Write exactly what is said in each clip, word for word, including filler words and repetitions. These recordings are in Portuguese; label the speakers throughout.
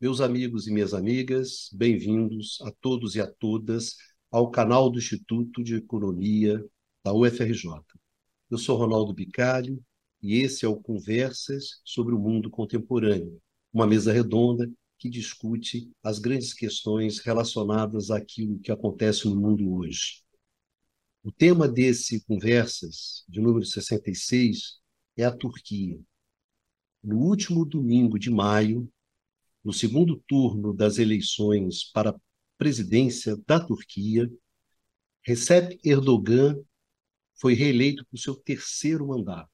Speaker 1: Meus amigos e minhas amigas, bem-vindos a todos e a todas ao canal do Instituto de Economia da U F R J. Eu sou Ronaldo Bicalho e esse é o Conversas sobre o Mundo Contemporâneo, uma mesa redonda que discute as grandes questões relacionadas àquilo que acontece no mundo hoje. O tema desse Conversas, de número sessenta e seis, é a Turquia. No último domingo de maio, no segundo turno das eleições para a presidência da Turquia, Recep Erdogan foi reeleito por seu terceiro mandato.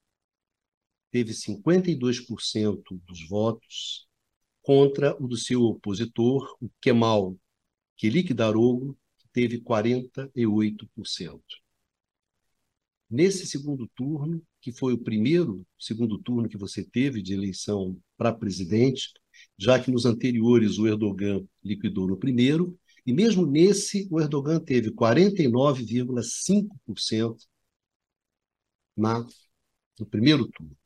Speaker 1: Teve cinquenta e dois por cento dos votos contra o do seu opositor, o Kemal Kılıçdaroğlu, que teve quarenta e oito por cento. Nesse segundo turno, que foi o primeiro segundo turno que você teve de eleição para presidente, já que nos anteriores o Erdogan liquidou no primeiro, e mesmo nesse o Erdogan teve quarenta e nove vírgula cinco por cento na, no primeiro turno.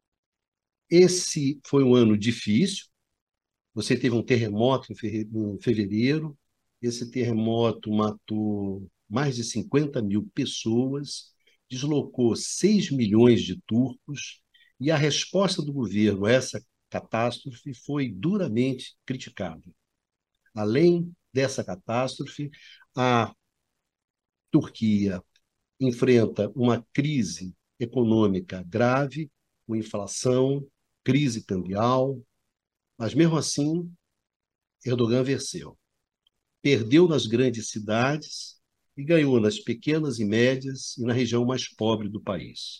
Speaker 1: Esse foi um ano difícil, você teve um terremoto em fevereiro, esse terremoto matou mais de cinquenta mil pessoas, deslocou seis milhões de turcos, e a resposta do governo a essa catástrofe foi duramente criticada. Além dessa catástrofe, a Turquia enfrenta uma crise econômica grave, com inflação, crise cambial, mas mesmo assim, Erdogan venceu. Perdeu nas grandes cidades e ganhou nas pequenas e médias e na região mais pobre do país.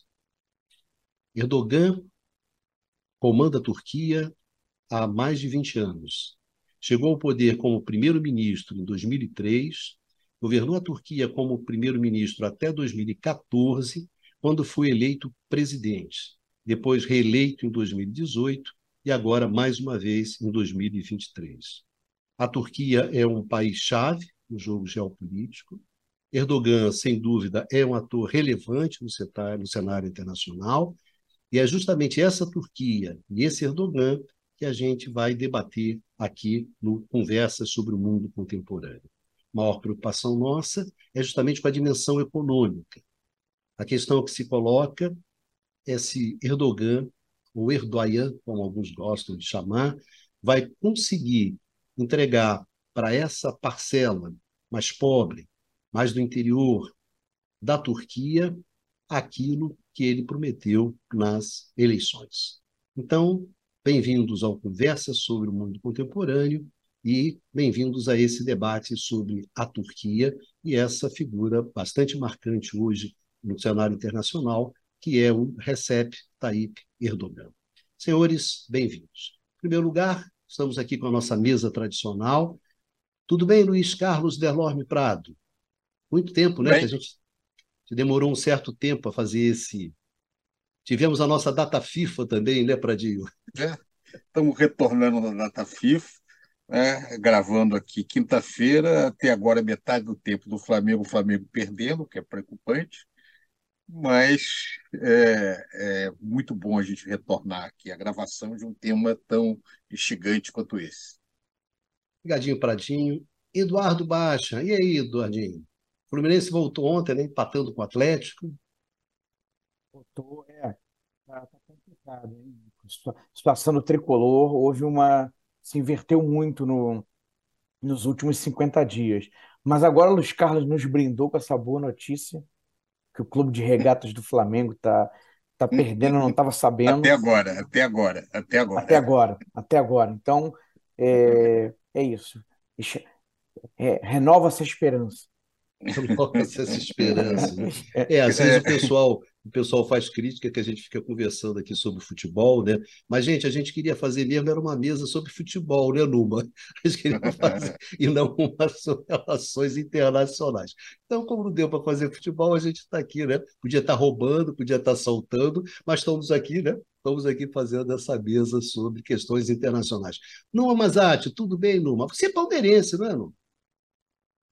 Speaker 1: Erdogan comanda a Turquia há mais de vinte anos. Chegou ao poder como primeiro-ministro em dois mil e três, governou a Turquia como primeiro-ministro até dois mil e quatorze, quando foi eleito presidente, depois reeleito em dois mil e dezoito e agora mais uma vez em dois mil e vinte e três. A Turquia é um país-chave no jogo geopolítico. Erdogan, sem dúvida, é um ator relevante no cenário, no cenário internacional, e é justamente essa Turquia e esse Erdogan que a gente vai debater aqui no Conversas sobre o Mundo Contemporâneo. A maior preocupação nossa é justamente com a dimensão econômica. A questão que se coloca é se Erdogan, ou Erdogan, como alguns gostam de chamar, vai conseguir entregar para essa parcela mais pobre, mais do interior da Turquia, aquilo que ele prometeu nas eleições. Então, bem-vindos ao Conversa sobre o Mundo Contemporâneo e bem-vindos a esse debate sobre a Turquia e essa figura bastante marcante hoje no cenário internacional, que é o Recep Tayyip Erdogan. Senhores, bem-vindos. Em primeiro lugar, estamos aqui com a nossa mesa tradicional. Tudo bem, Luiz Carlos Delorme Prado? Muito tempo, né, que a
Speaker 2: Bem,
Speaker 1: gente demorou um certo tempo a fazer esse... Tivemos a nossa data FIFA também, né, Pradinho?
Speaker 2: é, estamos retornando na data FIFA, né, gravando aqui quinta-feira, até agora metade do tempo do Flamengo, o Flamengo perdendo, o que é preocupante, mas é, é muito bom a gente retornar aqui a gravação de um tema tão instigante quanto esse.
Speaker 1: Obrigadinho, Pradinho. Eduardo Baixa. E aí, Eduardinho? O Fluminense voltou ontem, né, empatando com o Atlético.
Speaker 3: Voltou, é, tá, tá complicado, hein? Situa- Situação do tricolor, houve uma, se inverteu muito no, nos últimos cinquenta dias. Mas agora o Luiz Carlos nos brindou com essa boa notícia, que o Clube de Regatas do Flamengo tá, tá perdendo, eu não estava
Speaker 2: Até
Speaker 3: sabendo,
Speaker 2: agora, até agora, até
Speaker 3: até
Speaker 2: agora.
Speaker 3: agora, até agora. Então, é, é isso. Ixi, é, renova essa esperança.
Speaker 1: Nossa, essa esperança, né? É, às vezes o pessoal, o pessoal faz crítica que a gente fica conversando aqui sobre futebol, né? Mas, gente, a gente queria fazer mesmo era uma mesa sobre futebol, né, Numa? A gente queria fazer, e não uma sobre relações internacionais. Então, como não deu para fazer futebol, a gente está aqui, né? Podia estar roubando, podia estar soltando, mas estamos aqui, né? Estamos aqui fazendo essa mesa sobre questões internacionais. Numa Mazati, tudo bem, Numa? Você é palmeirense, não é, Numa?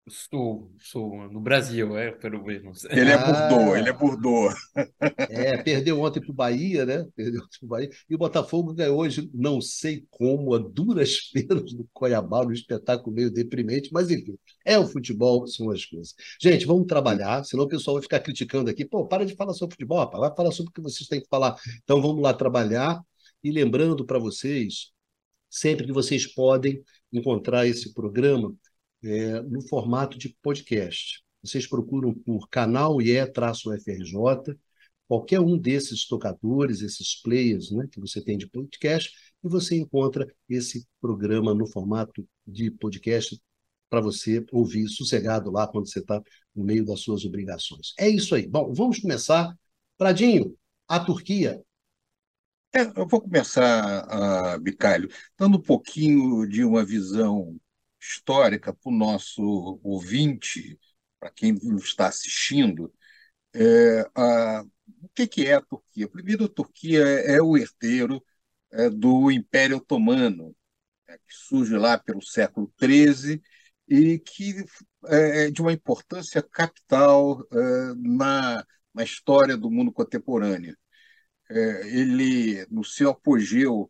Speaker 4: Sou, sou no Brasil, é, pelo menos.
Speaker 2: Ele é Bordeaux, ele é
Speaker 1: Ah,
Speaker 2: Bordeaux.
Speaker 1: é, perdeu ontem para o Bahia, né? Perdeu ontem para o Bahia. E o Botafogo ganhou hoje, não sei como, a duras penas do Cuiabá, um espetáculo meio deprimente, mas enfim, é o futebol, são as coisas. Gente, vamos trabalhar, senão o pessoal vai ficar criticando aqui. Pô, para de falar sobre futebol, rapaz, vai falar sobre o que vocês têm que falar. Então vamos lá trabalhar. E lembrando para vocês, sempre que vocês podem encontrar esse programa é, no formato de podcast. Vocês procuram por canal I E-F R J, qualquer um desses tocadores, esses players, né, que você tem de podcast, e você encontra esse programa no formato de podcast para você ouvir sossegado lá quando você está no meio das suas obrigações. É isso aí. Bom, vamos começar. Pradinho, a Turquia.
Speaker 2: É, eu vou começar, a Bicalho, dando um pouquinho de uma visão histórica para o nosso ouvinte, para quem nos está assistindo. É, a, o que, que é a Turquia? Primeiro, a Turquia é o herdeiro é, do Império Otomano, né, que surge lá pelo século treze e que é é de uma importância capital é, na, na história do mundo contemporâneo. É, ele, no seu apogeu,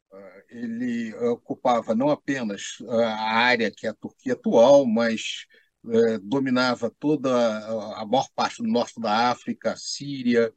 Speaker 2: ele ocupava não apenas a área que é a Turquia atual, mas eh, dominava toda a, a maior parte do norte da África, a Síria,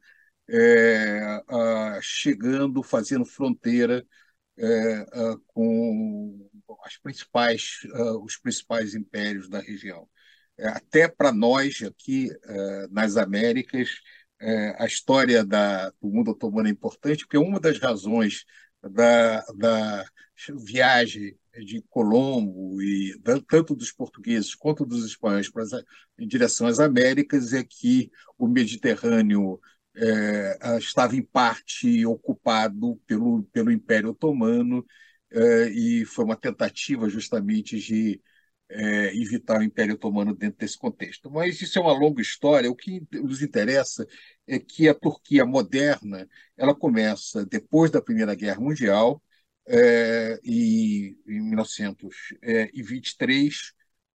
Speaker 2: eh, ah, chegando, fazendo fronteira eh, ah, com as principais, ah, os principais impérios da região. Eh, até para nós aqui eh, nas Américas, eh, a história da, do mundo otomano é importante, porque uma das razões da, da viagem de Colombo e da- tanto dos portugueses quanto dos espanhóis para as- em direção às Américas é que o Mediterrâneo eh, ah, estava em parte ocupado pelo, pelo Império Otomano, eh, e foi uma tentativa justamente de eh, evitar o Império Otomano dentro desse contexto. Mas isso é uma longa história. O que nos interessa é que a Turquia moderna ela começa depois da Primeira Guerra Mundial, eh, e, em mil novecentos e vinte e três,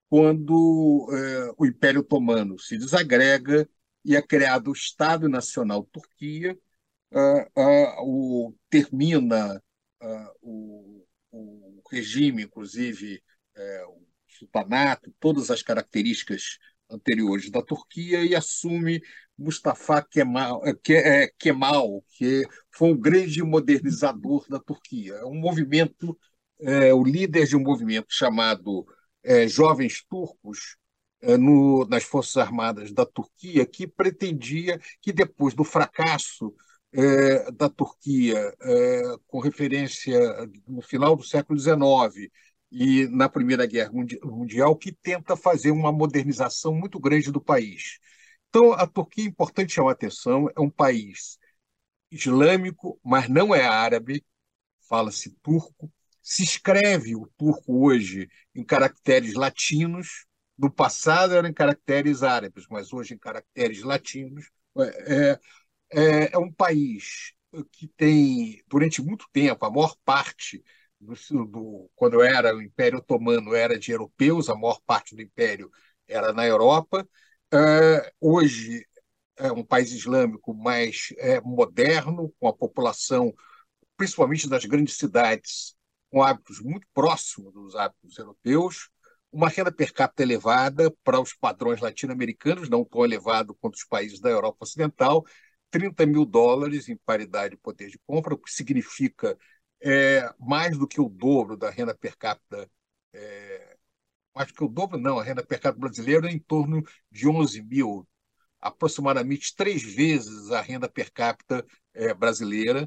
Speaker 2: quando eh, o Império Otomano se desagrega e é criado o Estado Nacional Turquia. ah, ah, o, termina ah, o, o regime, inclusive eh, o sultanato, todas as características anteriores da Turquia, e assume Mustafa Kemal, eh, Ke- eh, Kemal, que foi um grande modernizador da Turquia. É um movimento, eh, o líder de um movimento chamado eh, Jovens Turcos, eh, no, nas Forças Armadas da Turquia, que pretendia que, depois do fracasso eh, da Turquia, eh, com referência no final do século dezenove e na Primeira Guerra Mundi- Mundial, que tenta fazer uma modernização muito grande do país. Então, a Turquia, é importante chamar a atenção, é um país islâmico, mas não é árabe, fala-se turco. Se escreve o turco hoje em caracteres latinos, no passado eram em caracteres árabes, mas hoje em caracteres latinos. É, é, é um país que tem, durante muito tempo, a maior parte do, do- quando era o Império Otomano, era de europeus, a maior parte do império era na Europa. É, hoje é um país islâmico mais é, moderno, com a população, principalmente das grandes cidades, com hábitos muito próximos dos hábitos europeus, uma renda per capita elevada para os padrões latino-americanos, não tão elevado quanto os países da Europa Ocidental, trinta mil dólares em paridade de poder de compra, o que significa é, mais do que o dobro da renda per capita. É, mais do que o dobro, não, a renda per capita brasileira é em torno de onze mil, aproximadamente três vezes a renda per capita é, brasileira.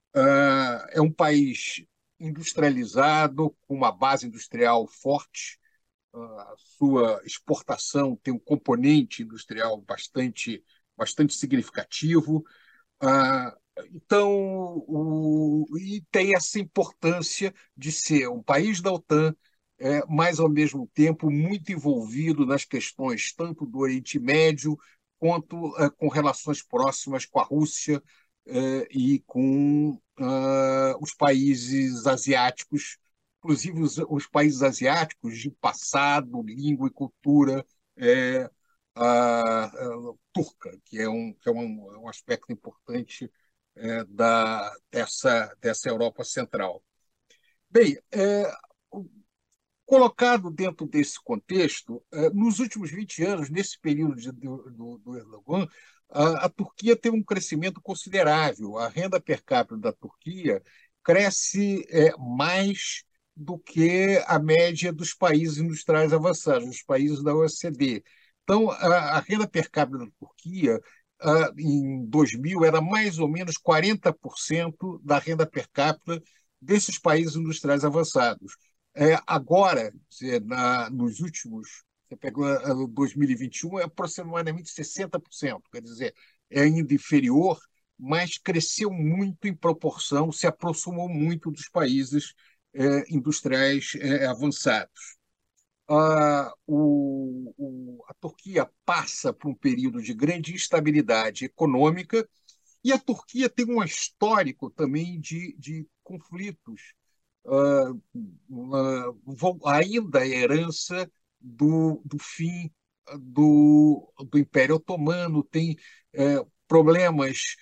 Speaker 2: Ah, é um país industrializado, com uma base industrial forte. A sua exportação tem um componente industrial bastante, bastante significativo. Ah, então, o, e tem essa importância de ser um país da OTAN, é, mas, ao mesmo tempo, muito envolvido nas questões tanto do Oriente Médio quanto é, com relações próximas com a Rússia, é, e com ah, os países asiáticos, inclusive os, os países asiáticos, de passado, língua e cultura é, a, a, turca, que é um, que é um, um aspecto importante é, da, dessa, dessa Europa Central. Bem, é, colocado dentro desse contexto, é, nos últimos vinte anos, nesse período de, do, do Erdogan, a, a Turquia teve um crescimento considerável. A renda per capita da Turquia cresce é, mais do que a média dos países industriais avançados, dos países da O E C D. Então, a, a renda per capita da Turquia, a, em dois mil, era mais ou menos quarenta por cento da renda per capita desses países industriais avançados. É, agora, na, nos últimos, você pegou dois mil e vinte e um, é aproximadamente sessenta por cento, quer dizer, é ainda inferior, mas cresceu muito em proporção, se aproximou muito dos países é, industriais é, avançados. Ah, o, o, a Turquia passa por um período de grande instabilidade econômica e a Turquia tem um histórico também de, de conflitos, uh, uh, ainda a herança do, do fim do, do Império Otomano, tem uh, problemas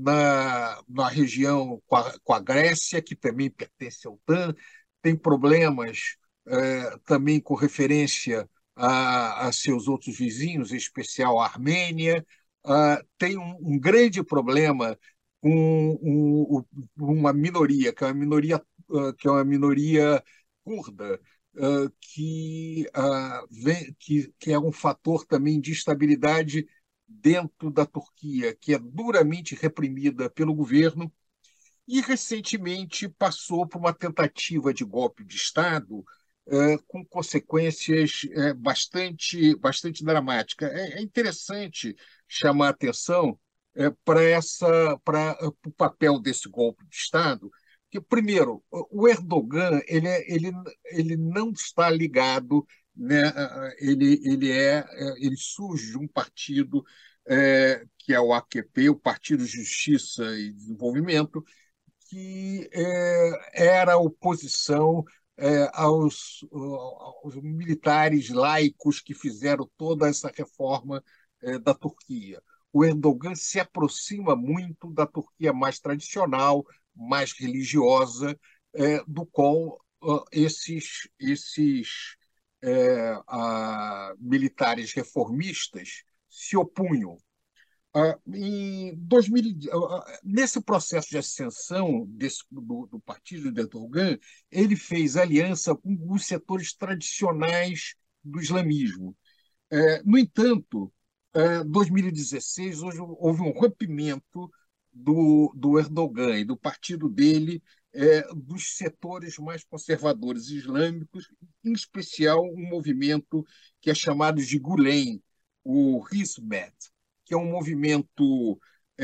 Speaker 2: na, na região com a, com a Grécia, que também pertence à OTAN, tem problemas uh, também com referência a, a seus outros vizinhos, em especial a Armênia. Uh, tem um, um grande problema com um, um, uma minoria, que é uma minoria, uh, que é uma minoria curda, uh, que, uh, vem, que, que é um fator também de instabilidade dentro da Turquia, que é duramente reprimida pelo governo e recentemente passou por uma tentativa de golpe de Estado Uh, com consequências uh, bastante, bastante dramáticas. É, é interessante chamar a atenção uh, para essa, para uh, o papel desse golpe de Estado, que, primeiro, o Erdogan ele, é, ele, ele não está ligado, né, uh, ele, ele, é, uh, ele surge de um partido uh, que é o A K P, o Partido Justiça e Desenvolvimento, que uh, era oposição É, aos, aos militares laicos que fizeram toda essa reforma é, da Turquia. O Erdogan se aproxima muito da Turquia mais tradicional, mais religiosa, é, do qual uh, esses, esses é, a, militares reformistas se opunham. Uh, em dois mil, uh, nesse processo de ascensão desse, do, do partido de Erdogan, ele fez aliança com os setores tradicionais do islamismo. Uh, no entanto, em uh, dois mil e dezesseis, hoje, houve um rompimento do, do Erdogan e do partido dele uh, dos setores mais conservadores islâmicos, em especial um movimento que é chamado de Gulen, o Hizmet, que é um movimento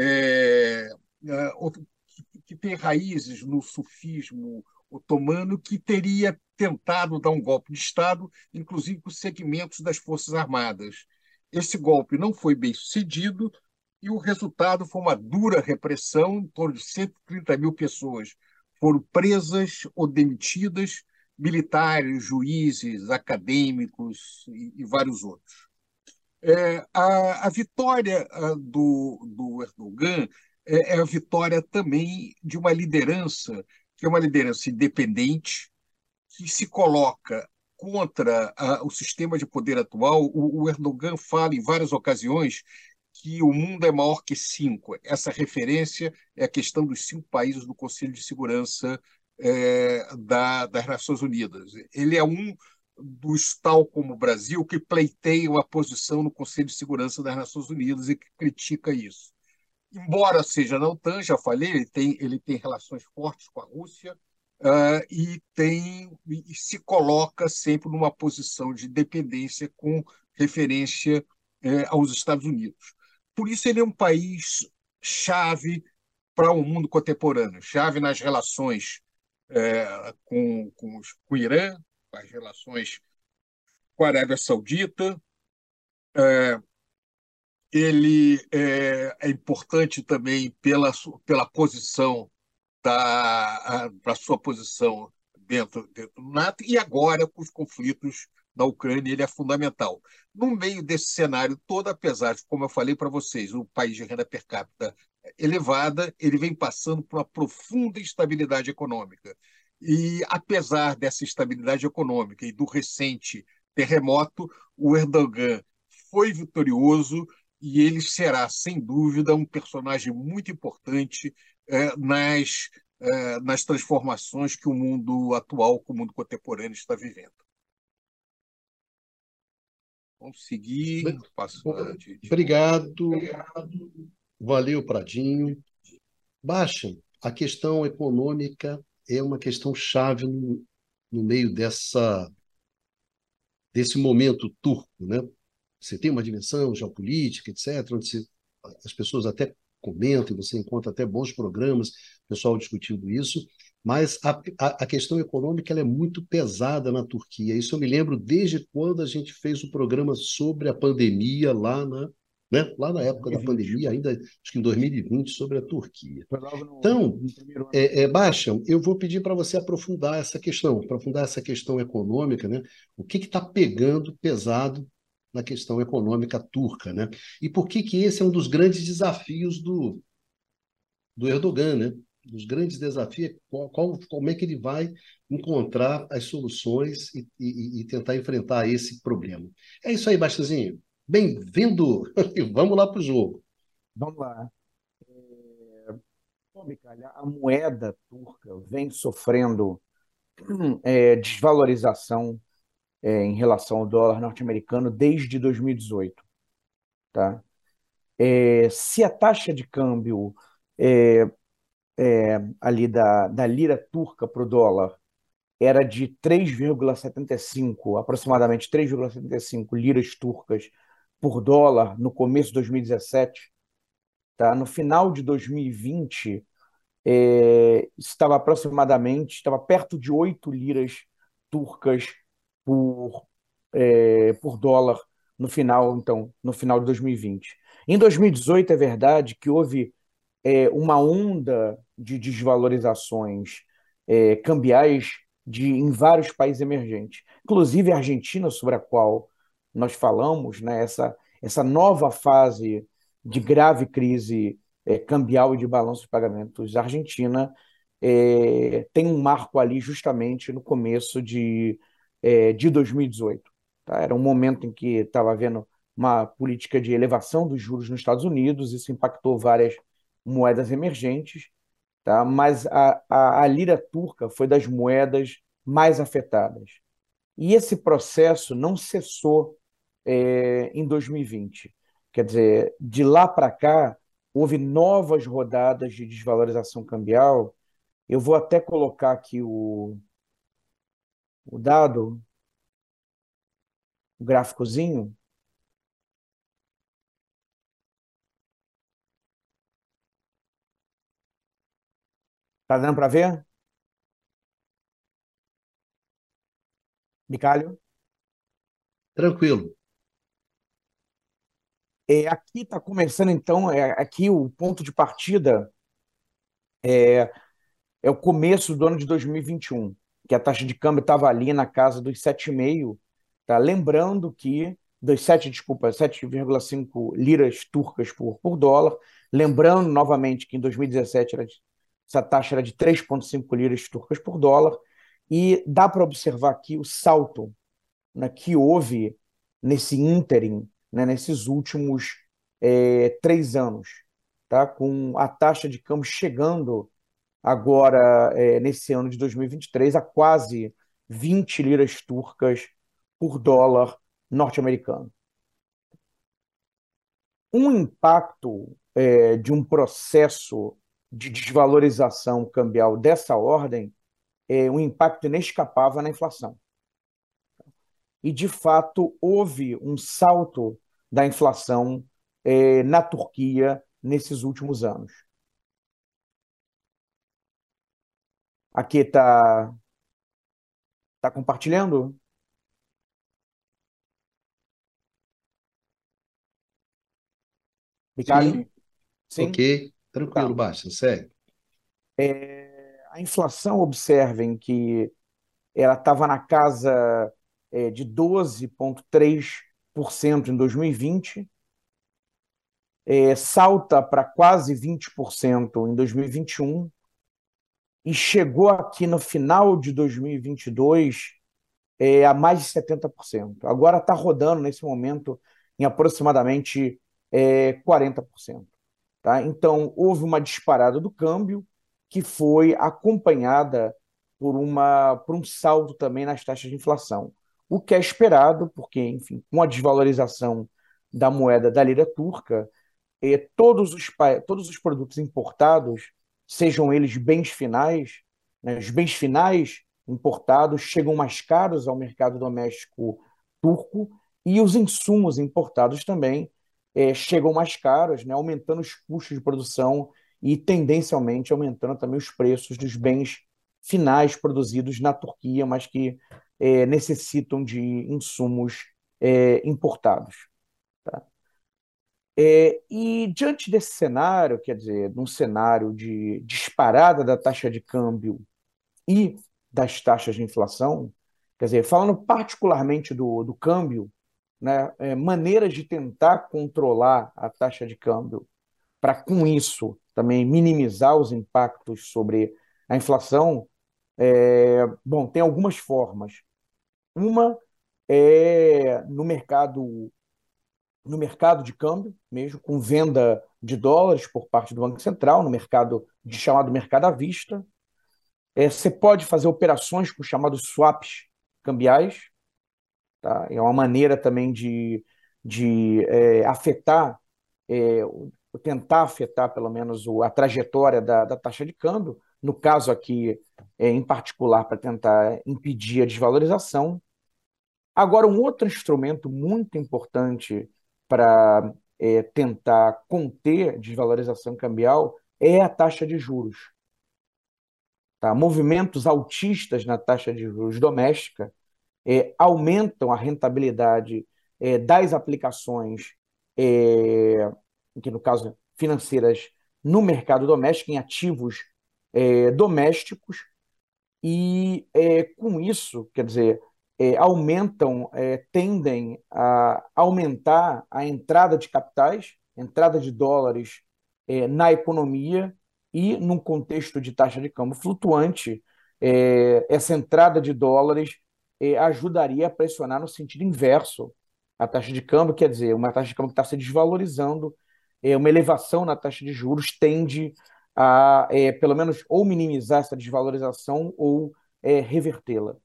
Speaker 2: é, é, que tem raízes no sufismo otomano, que teria tentado dar um golpe de Estado, inclusive com segmentos das Forças Armadas. Esse golpe não foi bem sucedido e o resultado foi uma dura repressão. Em torno de cento e trinta mil pessoas foram presas ou demitidas, militares, juízes, acadêmicos e, e vários outros. É, a, a vitória a, do, do Erdogan é, é a vitória também de uma liderança, que é uma liderança independente, que se coloca contra a, o sistema de poder atual. O, o Erdogan fala em várias ocasiões que o mundo é maior que cinco. Essa referência é a questão dos cinco países do Conselho de Segurança é, da, das Nações Unidas. Ele é um dos, tal como o Brasil, que pleiteia uma posição no Conselho de Segurança das Nações Unidas e que critica isso. Embora seja na OTAN, já falei, ele tem, ele tem relações fortes com a Rússia uh, e, tem, e se coloca sempre numa posição de dependência com referência uh, aos Estados Unidos. Por isso, ele é um país chave para o mundo contemporâneo, chave nas relações uh, com, com, os, com o Irã, as relações com a Arábia Saudita. É, ele é, é importante também pela, pela posição da, para sua posição dentro, dentro do NATO, e agora com os conflitos na Ucrânia ele é fundamental. No meio desse cenário todo, apesar de, como eu falei para vocês, o país de renda per capita elevada, ele vem passando por uma profunda instabilidade econômica. E, apesar dessa instabilidade econômica e do recente terremoto, o Erdogan foi vitorioso e ele será, sem dúvida, um personagem muito importante eh, nas, eh, nas transformações que o mundo atual, que o mundo contemporâneo está vivendo. Vamos seguir. Passo adiante.
Speaker 1: Obrigado. Valeu, Pradinho. Baixa, a questão econômica é uma questão chave no, no meio dessa, desse momento turco, né? Você tem uma dimensão geopolítica, etcétera, onde se, as pessoas até comentam, você encontra até bons programas, pessoal discutindo isso, mas a, a, a questão econômica ela é muito pesada na Turquia. Isso eu me lembro desde quando a gente fez o programa sobre a pandemia lá na, né? Lá na época da pandemia, ainda acho que em dois mil e vinte, sobre a Turquia.
Speaker 3: Foi logo no,
Speaker 1: Então,
Speaker 3: no primeiro ano.
Speaker 1: é, é, Baixa, eu vou pedir para você aprofundar essa questão, aprofundar essa questão econômica, né? O que está pegando pesado na questão econômica turca, né? E por que que esse é um dos grandes desafios do, do Erdogan, né? Dos grandes desafios, qual, qual, como é que ele vai encontrar as soluções e, e, e tentar enfrentar esse problema. É isso aí, Baixazinho. Bem-vindo! Vamos lá para o jogo.
Speaker 3: Vamos lá. Bom, Micalha, a moeda turca vem sofrendo é, desvalorização é, em relação ao dólar norte-americano desde dois mil e dezoito, tá? É, se a taxa de câmbio é, é, ali da, da lira turca para o dólar era de três vírgula setenta e cinco, aproximadamente três vírgula setenta e cinco liras turcas por dólar no começo de dois mil e dezessete, tá? No final de dois mil e vinte, é, estava aproximadamente, estava perto de oito liras turcas por, é, por dólar no final, então, no final de dois mil e vinte. Em dois mil e dezoito, é verdade que houve é, uma onda de desvalorizações é, cambiais de, em vários países emergentes, inclusive a Argentina, sobre a qual nós falamos, né, essa, essa nova fase de grave crise é, cambial e de balanço de pagamentos. A Argentina é, tem um marco ali justamente no começo de, é, de dois mil e dezoito. Tá? Era um momento em que estava havendo uma política de elevação dos juros nos Estados Unidos, isso impactou várias moedas emergentes, tá? Mas a, a, a lira turca foi das moedas mais afetadas. E esse processo não cessou é, em dois mil e vinte. Quer dizer, de lá para cá, houve novas rodadas de desvalorização cambial. Eu vou até colocar aqui o, o dado, o gráficozinho. Tá dando para ver? Bicalho?
Speaker 1: Tranquilo.
Speaker 3: É, aqui está começando, então, é, aqui o ponto de partida é, é o começo do ano de dois mil e vinte e um, que a taxa de câmbio estava ali na casa dos sete vírgula cinco, tá? Lembrando que, dos sete, desculpa, sete vírgula cinco liras turcas por, por dólar. Lembrando, novamente, que em dois mil e dezessete era de, essa taxa era de três vírgula cinco liras turcas por dólar. E dá para observar aqui o salto, né, que houve nesse ínterim, né, nesses últimos é, três anos, tá? Com a taxa de câmbio chegando agora, é, nesse ano de dois mil e vinte e três, a quase vinte liras turcas por dólar norte-americano. Um impacto é, de um processo de desvalorização cambial dessa ordem é um impacto inescapável na inflação. E, de fato, houve um salto da inflação eh, na Turquia nesses últimos anos. Aqui está tá compartilhando? Bicalho?
Speaker 1: Sim.
Speaker 3: Sim?
Speaker 1: Ok, tranquilo,
Speaker 3: Tá.
Speaker 1: Baixa, segue.
Speaker 3: É, a inflação, observem que ela estava na casa é, de doze vírgula três por cento em dois mil e vinte, é, salta para quase vinte por cento em dois mil e vinte e um e chegou aqui no final de dois mil e vinte e dois é, a mais de setenta por cento. Agora está rodando nesse momento em aproximadamente é, quarenta por cento. Tá? Então, houve uma disparada do câmbio que foi acompanhada por, uma, por um salto também nas taxas de inflação. O que é esperado, porque, enfim, com a desvalorização da moeda da lira turca, eh, todos os, pa- todos os produtos importados, sejam eles bens finais, né, os bens finais importados chegam mais caros ao mercado doméstico turco e os insumos importados também eh, chegam mais caros, né, aumentando os custos de produção e tendencialmente aumentando também os preços dos bens finais produzidos na Turquia, mas que eh, necessitam de insumos eh, importados. Tá? É, e diante desse cenário, quer dizer, num cenário de disparada da taxa de câmbio e das taxas de inflação, quer dizer, falando particularmente do, do câmbio, né, é, maneiras de tentar controlar a taxa de câmbio para, com isso, também minimizar os impactos sobre a inflação, é, bom, tem algumas formas. Uma é no mercado no mercado de câmbio, mesmo com venda de dólares por parte do Banco Central, no mercado de chamado mercado à vista. É, você pode fazer operações com chamados swaps cambiais, tá? É uma maneira também de, de é, afetar, é, tentar afetar pelo menos o, a trajetória da, da taxa de câmbio, no caso aqui, é, em particular, para tentar impedir a desvalorização. Agora, um outro instrumento muito importante para é, tentar conter desvalorização cambial é a taxa de juros. Tá? Movimentos altistas na taxa de juros doméstica é, aumentam a rentabilidade é, das aplicações, é, que no caso financeiras, no mercado doméstico, em ativos é, domésticos, e é, com isso, quer dizer, é, aumentam, é, tendem a aumentar a entrada de capitais, entrada de dólares é, na economia e num contexto de taxa de câmbio flutuante, é, essa entrada de dólares é, ajudaria a pressionar no sentido inverso a taxa de câmbio, quer dizer, uma taxa de câmbio que está se desvalorizando, é, uma elevação na taxa de juros tende a, é, pelo menos, ou minimizar essa desvalorização ou é, revertê-la.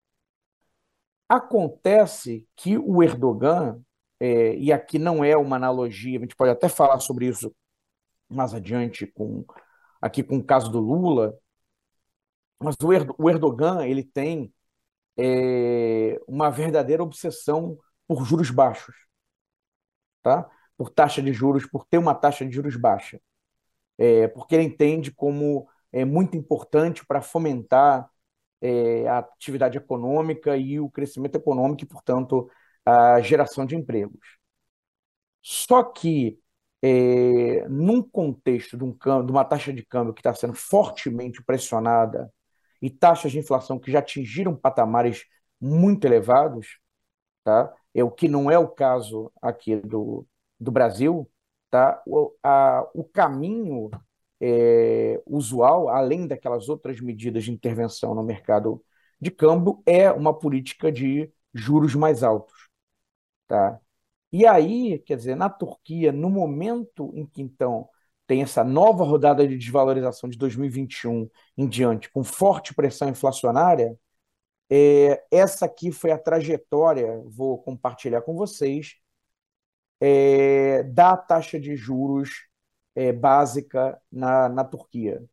Speaker 3: Acontece que o Erdogan, é, e aqui não é uma analogia, a gente pode até falar sobre isso mais adiante, com, aqui com o caso do Lula, mas o, Er- o Erdogan ele tem é, uma verdadeira obsessão por juros baixos, tá? Por taxa de juros, por ter uma taxa de juros baixa. É, porque ele entende como é muito importante para fomentar é, a atividade econômica e o crescimento econômico e, portanto, a geração de empregos. Só que, é, num contexto de, um câmbio, de uma taxa de câmbio que está sendo fortemente pressionada e taxas de inflação que já atingiram patamares muito elevados, tá? É o que não é o caso aqui do, do Brasil, tá? O, a, o caminho é, usual, além daquelas outras medidas de intervenção no mercado de câmbio, é uma política de juros mais altos, tá? E aí, quer dizer, na Turquia, no momento em que então tem essa nova rodada de desvalorização de dois mil e vinte e um em diante, com forte pressão inflacionária, é, essa aqui foi a trajetória, vou compartilhar com vocês, é, da taxa de juros é, básica na, na Turquia.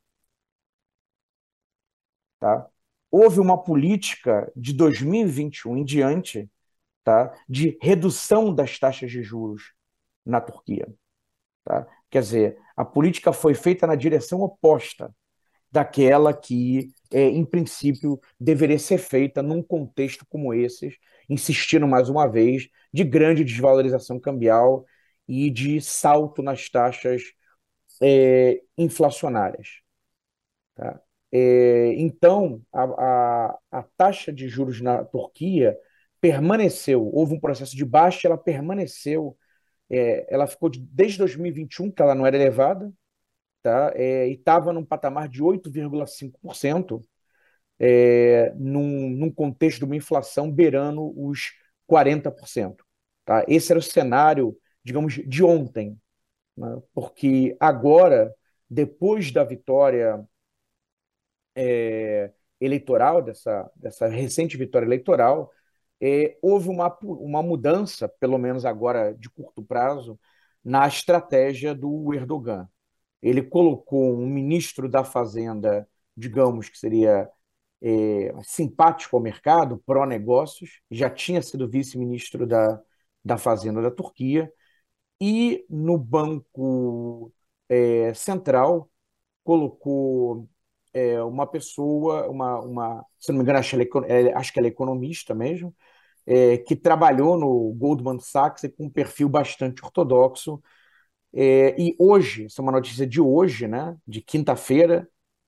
Speaker 3: Tá? Houve uma política de dois mil e vinte e um em diante, tá, de redução das taxas de juros na Turquia. Tá? Quer dizer, a política foi feita na direção oposta daquela que, é, em princípio, deveria ser feita num contexto como esse, insistindo mais uma vez de grande desvalorização cambial e de salto nas taxas é, inflacionárias. Tá? É, então, a, a, a taxa de juros na Turquia permaneceu, houve um processo de baixa, ela permaneceu, é, ela ficou de, desde dois mil e vinte e um, que ela não era elevada, tá? É, e estava num patamar de oito vírgula cinco por cento, é, num, num contexto de uma inflação beirando os quarenta por cento. Tá? Esse era o cenário, digamos, de ontem, né? Porque agora, depois da vitória é, eleitoral, dessa, dessa recente vitória eleitoral, é, houve uma, uma mudança, pelo menos agora de curto prazo, na estratégia do Erdogan. Ele colocou um ministro da Fazenda, digamos que seria é, simpático ao mercado, pró-negócios, já tinha sido vice-ministro da, da Fazenda da Turquia, e no Banco é, Central colocou é, uma pessoa, uma, uma, se não me engano, acho, ela, é, acho que ela é economista mesmo, é, que trabalhou no Goldman Sachs e com um perfil bastante ortodoxo. É, e hoje, essa é uma notícia de hoje, né, de quinta-feira,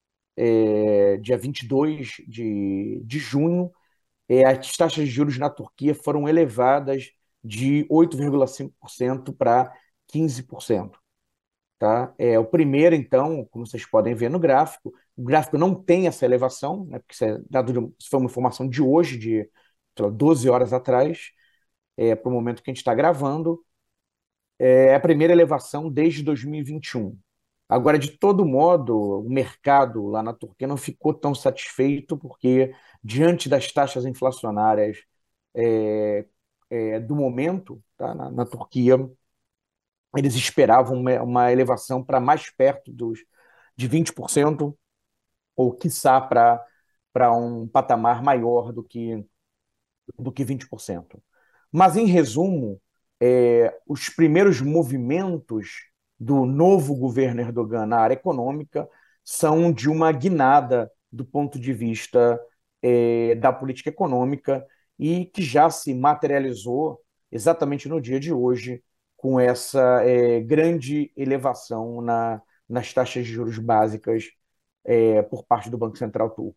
Speaker 3: é, dia vinte e dois de, de junho, é, as taxas de juros na Turquia foram elevadas de oito vírgula cinco por cento para quinze por cento. Tá? É o primeiro, então, como vocês podem ver no gráfico, o gráfico não tem essa elevação, né, porque isso, é dado de, isso foi uma informação de hoje, de sei lá, doze horas atrás, é, para o momento que a gente está gravando, é a primeira elevação desde dois mil e vinte e um. Agora, de todo modo, o mercado lá na Turquia não ficou tão satisfeito, porque, diante das taxas inflacionárias é, é, do momento, tá, na, na Turquia, eles esperavam uma, uma elevação para mais perto dos, de vinte por cento, ou, quiçá, para para um patamar maior do que, do que vinte por cento. Mas, em resumo, é, os primeiros movimentos do novo governo Erdogan na área econômica são de uma guinada do ponto de vista é, da política econômica e que já se materializou exatamente no dia de hoje com essa é, grande elevação na, nas taxas de juros básicas é, por parte do Banco Central turco.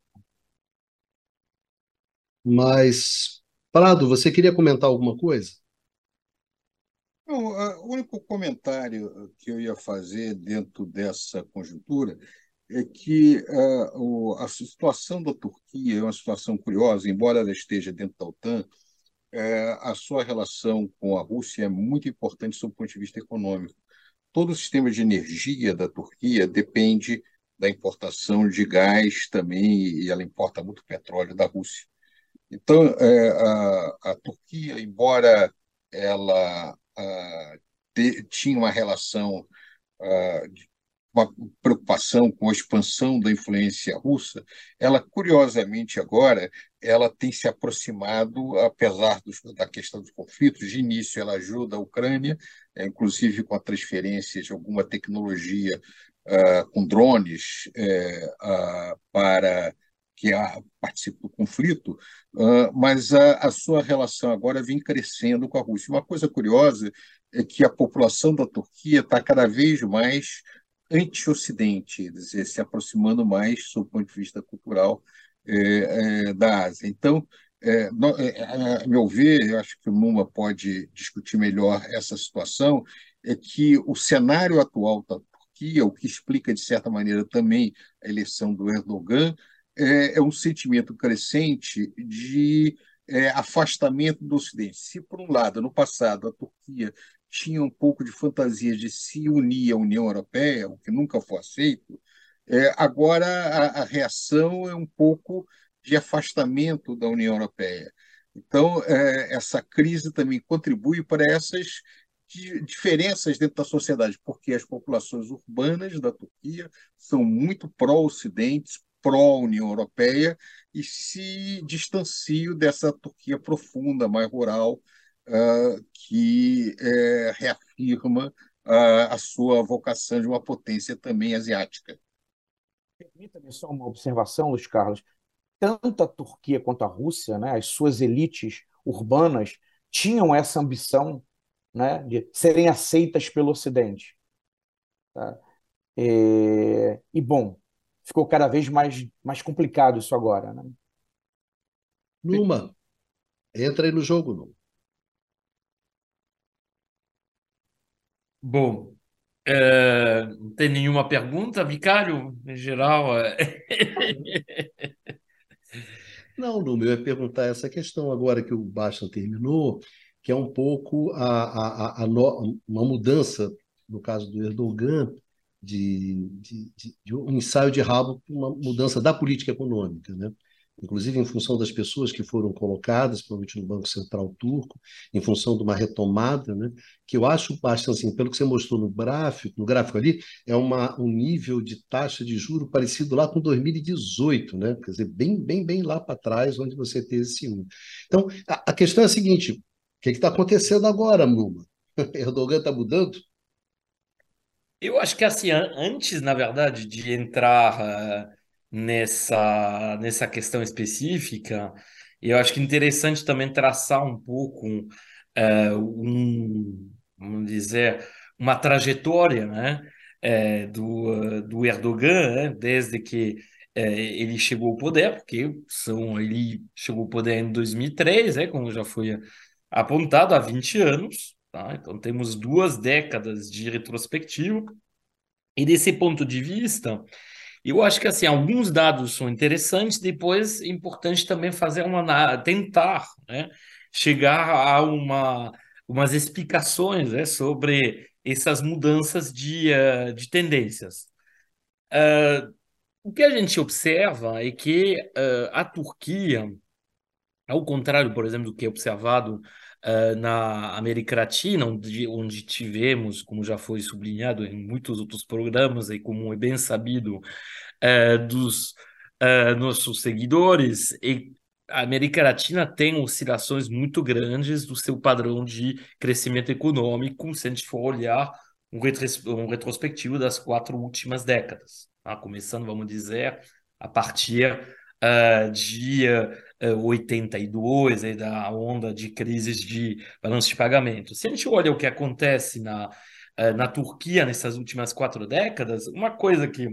Speaker 1: Mas, Prado, você queria comentar alguma coisa?
Speaker 2: Não, a- o único comentário que eu ia fazer dentro dessa conjuntura é que ah, o- a situação da Turquia é uma situação curiosa, embora ela esteja dentro da OTAN, eh, a sua relação com a Rússia é muito importante sob o ponto de vista econômico. Todo o sistema de energia da Turquia depende da importação de gás também, e ela importa muito petróleo da Rússia. Então, é, a, a Turquia, embora ela ah, te- tinha uma relação, ah, de- uma preocupação com a expansão da influência russa, ela, curiosamente, agora, ela tem se aproximado, apesar dos, da questão dos conflitos. De início, ela ajuda a Ucrânia, eh, inclusive com a transferência de alguma tecnologia ah, com drones eh, ah, para que a, participe do conflito, ah, mas a, a sua relação agora vem crescendo com a Rússia. Uma coisa curiosa é que a população da Turquia está cada vez mais anti-Ocidente, quer dizer, se aproximando mais, sob o ponto de vista cultural, eh, eh, da Ásia. Então, eh, no- eh, a a meu ver, eu acho que o Numa pode discutir melhor essa situação, é que o cenário atual da Turquia, o que explica, de certa maneira, também a eleição do Erdogan, é, é um sentimento crescente de é, afastamento do Ocidente. Se, por um lado, no passado, a Turquia tinha um pouco de fantasia de se unir à União Europeia, o que nunca foi aceito, é, agora a, a reação é um pouco de afastamento da União Europeia. Então, é, essa crise também contribui para essas di- diferenças dentro da sociedade, porque as populações urbanas da Turquia são muito pró-Ocidente, pró-União Europeia, e se distanciam dessa Turquia profunda, mais rural, ah, que eh, reafirma ah, a sua vocação de uma potência também asiática.
Speaker 3: Permita-me só uma observação, Luiz Carlos. Tanto a Turquia quanto a Rússia, né, as suas elites urbanas, tinham essa ambição, né, de serem aceitas pelo Ocidente. Tá? É, e, bom, ficou cada vez mais, mais complicado isso agora, né?
Speaker 1: Numa, entra aí no jogo, não.
Speaker 4: Bom, é, não tem nenhuma pergunta, Vicário, em geral. é.
Speaker 1: Não, Numa, eu ia perguntar essa questão agora que o Basta terminou, que é um pouco a, a, a, a no- uma mudança, no caso do Erdogan, de, de, de, de um ensaio de rabo para uma mudança da política econômica, né? Inclusive em função das pessoas que foram colocadas, provavelmente no Banco Central Turco, em função de uma retomada, né? Que eu acho, Basta, assim, pelo que você mostrou no gráfico, no gráfico ali, é uma, um nível de taxa de juro parecido lá com dois mil e dezoito, né? Quer dizer, bem, bem, bem lá para trás, onde você teve esse um. Então, a, a questão é a seguinte: o que está acontecendo agora, Numa? Erdogan está mudando?
Speaker 4: Eu acho que assim, an- antes, na verdade, de entrar ah, nessa, nessa questão específica, eu acho que é interessante também traçar um pouco eh, um, vamos dizer, uma trajetória, né, eh, do, ah, do Erdogan, né, desde que eh, ele chegou ao poder, porque são, ele chegou ao poder em dois mil e três, né, como já foi apontado, há vinte anos. Tá? Então, temos duas décadas de retrospectiva. E desse ponto de vista, eu acho que assim, alguns dados são interessantes, depois é importante também fazer uma ana- tentar, né, chegar a uma umas explicações, né, sobre essas mudanças de, eh, de tendências. O que a gente observa é que eh, a Turquia, ao contrário, por exemplo, do que é observado eh, na América Latina, onde, onde tivemos, como já foi sublinhado em muitos outros programas, e como é bem sabido eh, dos eh, nossos seguidores, e a América Latina tem oscilações muito grandes do seu padrão de crescimento econômico, se a gente for olhar um, retros, um retrospectivo das quatro últimas décadas, tá? Começando, vamos dizer, a partir eh, de eh, oitenta e dois, aí da onda de crises de balanço de pagamento. Se a gente olha o que acontece na, eh, na Turquia nessas últimas quatro décadas, uma coisa que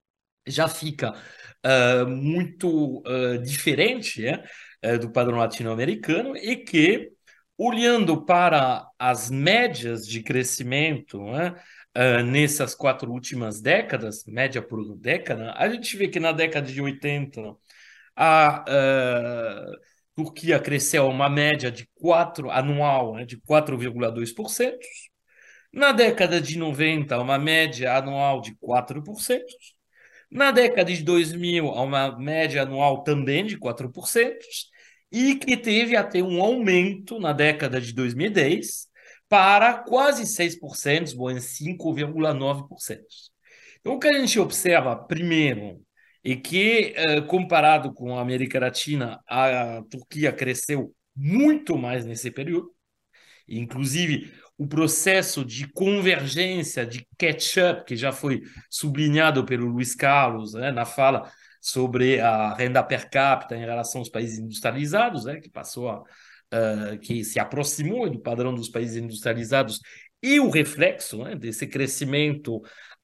Speaker 4: já fica eh, muito eh, diferente é, eh, do padrão latino-americano e que, olhando para as médias de crescimento, né, eh, nessas quatro últimas décadas, média por década, a gente vê que na década de oitenta a eh, Turquia cresceu uma média de quatro anual, né, de quatro vírgula dois por cento. Na década de noventa, uma média anual de quatro por cento. Na década de dois mil, uma média anual também de quatro por cento. E que teve até um aumento na década de dois mil e dez para quase seis por cento, bom, em cinco vírgula nove por cento. Então, o que a gente observa, primeiro, é que, eh, comparado com a América Latina, a Turquia cresceu muito mais nesse período. Inclusive, o processo de convergência, de catch-up, que já foi sublinhado pelo Luiz Carlos, né, na fala sobre a renda per capita em relação aos países industrializados, né, que passou a, uh, que se aproximou do padrão dos países industrializados, e o reflexo, né, desse crescimento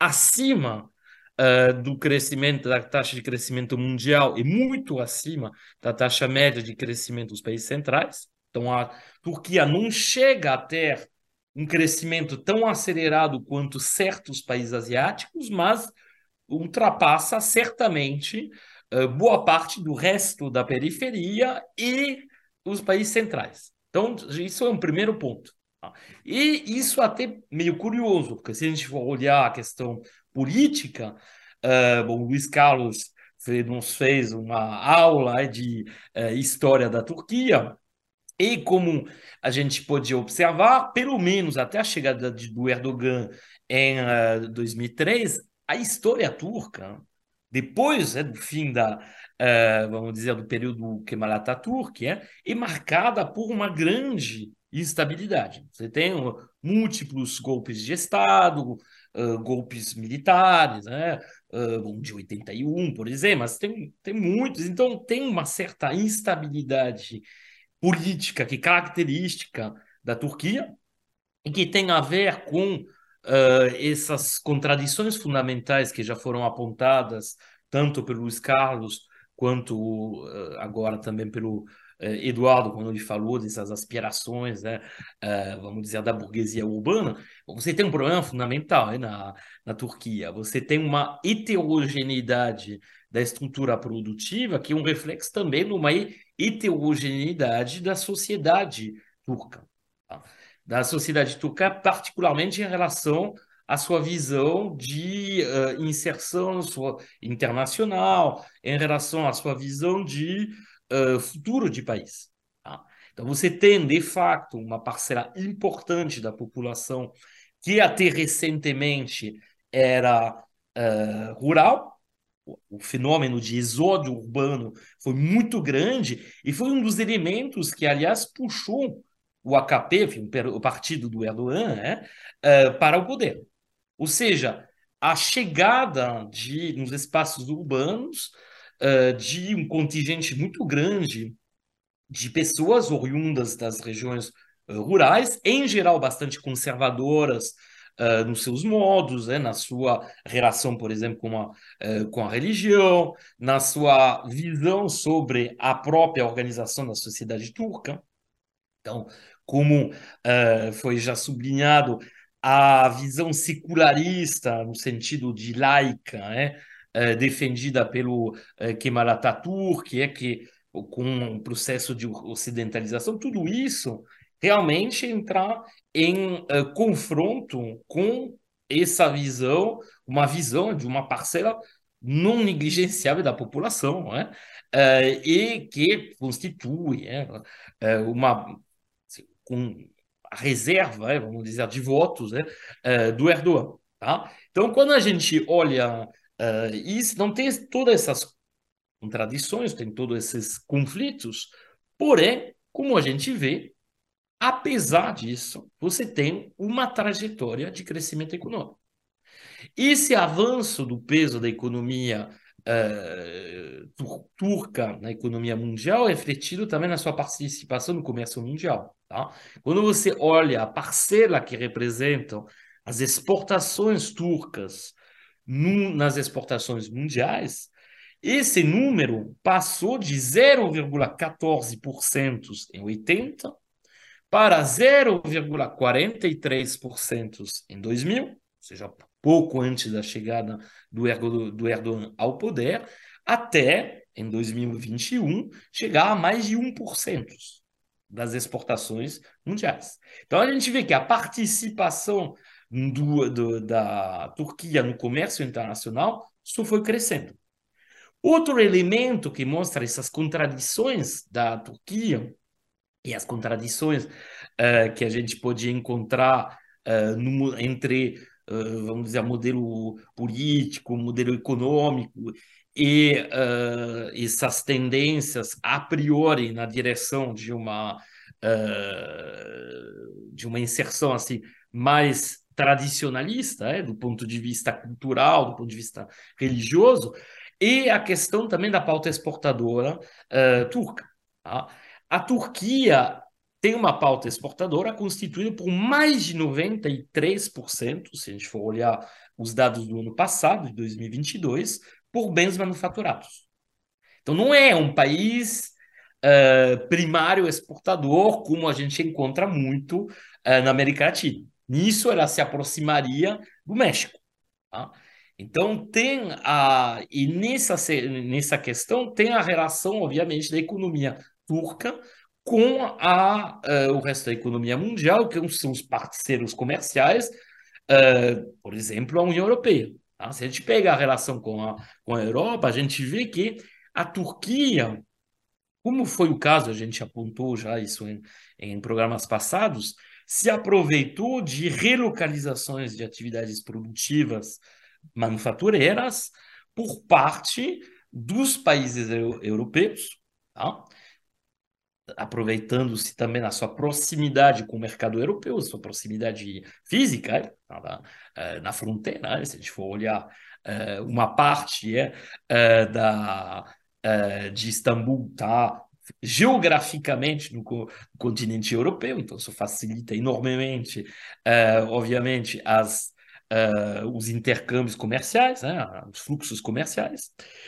Speaker 4: acima uh, do crescimento, da taxa de crescimento mundial e muito acima da taxa média de crescimento dos países centrais. Então, a Turquia não chega a ter um crescimento tão acelerado quanto certos países asiáticos, mas ultrapassa certamente uh, boa parte do resto da periferia e os países centrais. Então, isso é um primeiro ponto. Tá? E isso até meio curioso, porque se a gente for olhar a questão política, uh, bom, o Luiz Carlos nos fez uma aula de uh, história da Turquia, e como a gente pode observar, pelo menos até a chegada de, do Erdogan em uh, dois mil e três, a história turca, depois né, do fim da, uh, vamos dizer, do período Kemal Atatürk, é, é marcada por uma grande instabilidade. Você tem uh, múltiplos golpes de Estado, uh, golpes militares, né? Uh, de oitenta e um, por exemplo, mas tem, tem muitos. Então, tem uma certa instabilidade política que é característica da Turquia e que tem a ver com uh, essas contradições fundamentais que já foram apontadas tanto pelo Luiz Carlos, quanto uh, agora também pelo uh, Eduardo, quando ele falou dessas aspirações, né, uh, vamos dizer, da burguesia urbana. Você tem um problema fundamental, né, na, na Turquia. Você tem uma heterogeneidade da estrutura produtiva, que é um reflexo também numa heterogeneidade da sociedade turca. Tá? Da sociedade turca, particularmente em relação à sua visão de uh, inserção sua, internacional, em relação à sua visão de uh, futuro de país. Tá? Então, você tem, de fato, uma parcela importante da população que até recentemente era uh, rural. O fenômeno de exódio urbano foi muito grande e foi um dos elementos que, aliás, puxou o A K P, o partido do Erdogan, né, uh, para o poder. Ou seja, a chegada de, nos espaços urbanos uh, de um contingente muito grande de pessoas oriundas das regiões uh, rurais, em geral bastante conservadoras uh, nos seus modos, né, na sua relação, por exemplo, com a, uh, com a religião, na sua visão sobre a própria organização da sociedade turca. Então, como uh, foi já sublinhado, a visão secularista, no sentido de laica, né, uh, defendida pelo uh, Kemal Atatürk, é que com um processo de ocidentalização, tudo isso realmente entrar em uh, confronto com essa visão, uma visão de uma parcela não negligenciável da população, né? Uh, e que constitui é, uh, uma com a reserva, vamos dizer, de votos, né, do Erdogan. Tá? Então, quando a gente olha uh, isso, não tem todas essas contradições, tem todos esses conflitos, porém, como a gente vê, apesar disso, você tem uma trajetória de crescimento econômico. Esse avanço do peso da economia uh, turca na economia mundial é refletido também na sua participação no comércio mundial. Tá? Quando você olha a parcela que representam as exportações turcas no, nas exportações mundiais, esse número passou de zero vírgula quatorze por cento em oitenta para zero vírgula quarenta e três por cento em dois mil, ou seja, pouco antes da chegada do Erdogan ao poder, até, em dois mil e vinte e um, chegar a mais de um por cento das exportações mundiais. Então, a gente vê que a participação do, do, da Turquia no comércio internacional só foi crescendo. Outro elemento que mostra essas contradições da Turquia e as contradições uh, que a gente pode encontrar uh, no, entre, uh, vamos dizer, modelo político, modelo econômico e uh, essas tendências a priori na direção de uma uh, de uma inserção assim mais tradicionalista, é, do ponto de vista cultural, do ponto de vista religioso, e a questão também da pauta exportadora uh, turca. Tá? A Turquia tem uma pauta exportadora constituída por mais de noventa e três por cento, se a gente for olhar os dados do ano passado, de dois mil e vinte e dois, por bens manufaturados. Então, não é um país uh, primário exportador, como a gente encontra muito uh, na América Latina. Nisso, ela se aproximaria do México. Tá? Então, tem a... E nessa, nessa questão, tem a relação, obviamente, da economia turca com a, uh, o resto da economia mundial, que são os parceiros comerciais, uh, por exemplo, a União Europeia. Tá? Se a gente pega a relação com a, com a Europa, a gente vê que a Turquia, como foi o caso, a gente apontou já isso em, em programas passados, se aproveitou de relocalizações de atividades produtivas manufatureiras por parte dos países europeus, tá? Aproveitando-se também na sua proximidade com o mercado europeu, sua proximidade física, tá? Na fronteira, né? Se a gente for olhar uma parte é, da, de Istambul, tá? Geograficamente no, no continente europeu, então isso facilita enormemente, obviamente, as uh, os intercâmbios comerciais, né, os fluxos comerciais.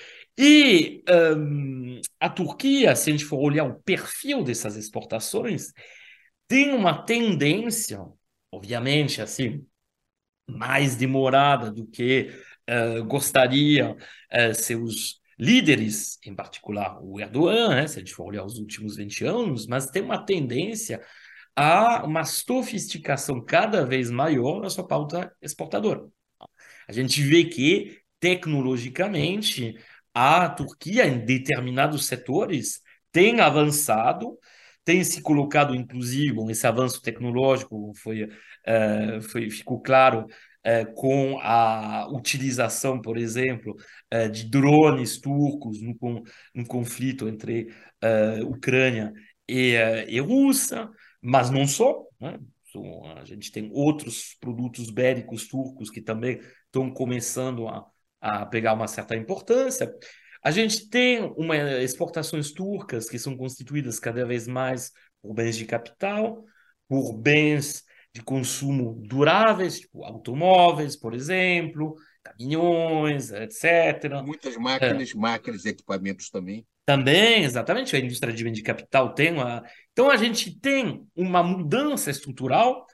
Speaker 4: E um, a Turquia, se a gente for olhar o perfil dessas exportações, tem uma tendência, obviamente, assim, mais demorada do que uh, gostaria uh, seus líderes, em particular o Erdogan, né, se a gente for olhar os últimos vinte anos, mas tem uma tendência a uma sofisticação cada vez maior na sua pauta exportadora. A gente vê que, tecnologicamente, a Turquia, em determinados setores, tem avançado, tem se colocado, inclusive, bom, esse avanço tecnológico foi, uh, foi, ficou claro uh, com a utilização, por exemplo, uh, de drones turcos no, no conflito entre uh, Ucrânia e, uh, e Rússia, mas não só, né? A gente tem outros produtos bélicos turcos que também estão começando a, a pegar uma certa importância. A gente tem uma, exportações turcas que são constituídas cada vez mais por bens de capital, por bens de consumo duráveis, tipo automóveis, por exemplo, caminhões, etcétera.
Speaker 2: Muitas máquinas, é. máquinas e equipamentos também.
Speaker 4: Também, exatamente, a indústria de bem de capital tem uma... Então, a gente tem uma mudança estrutural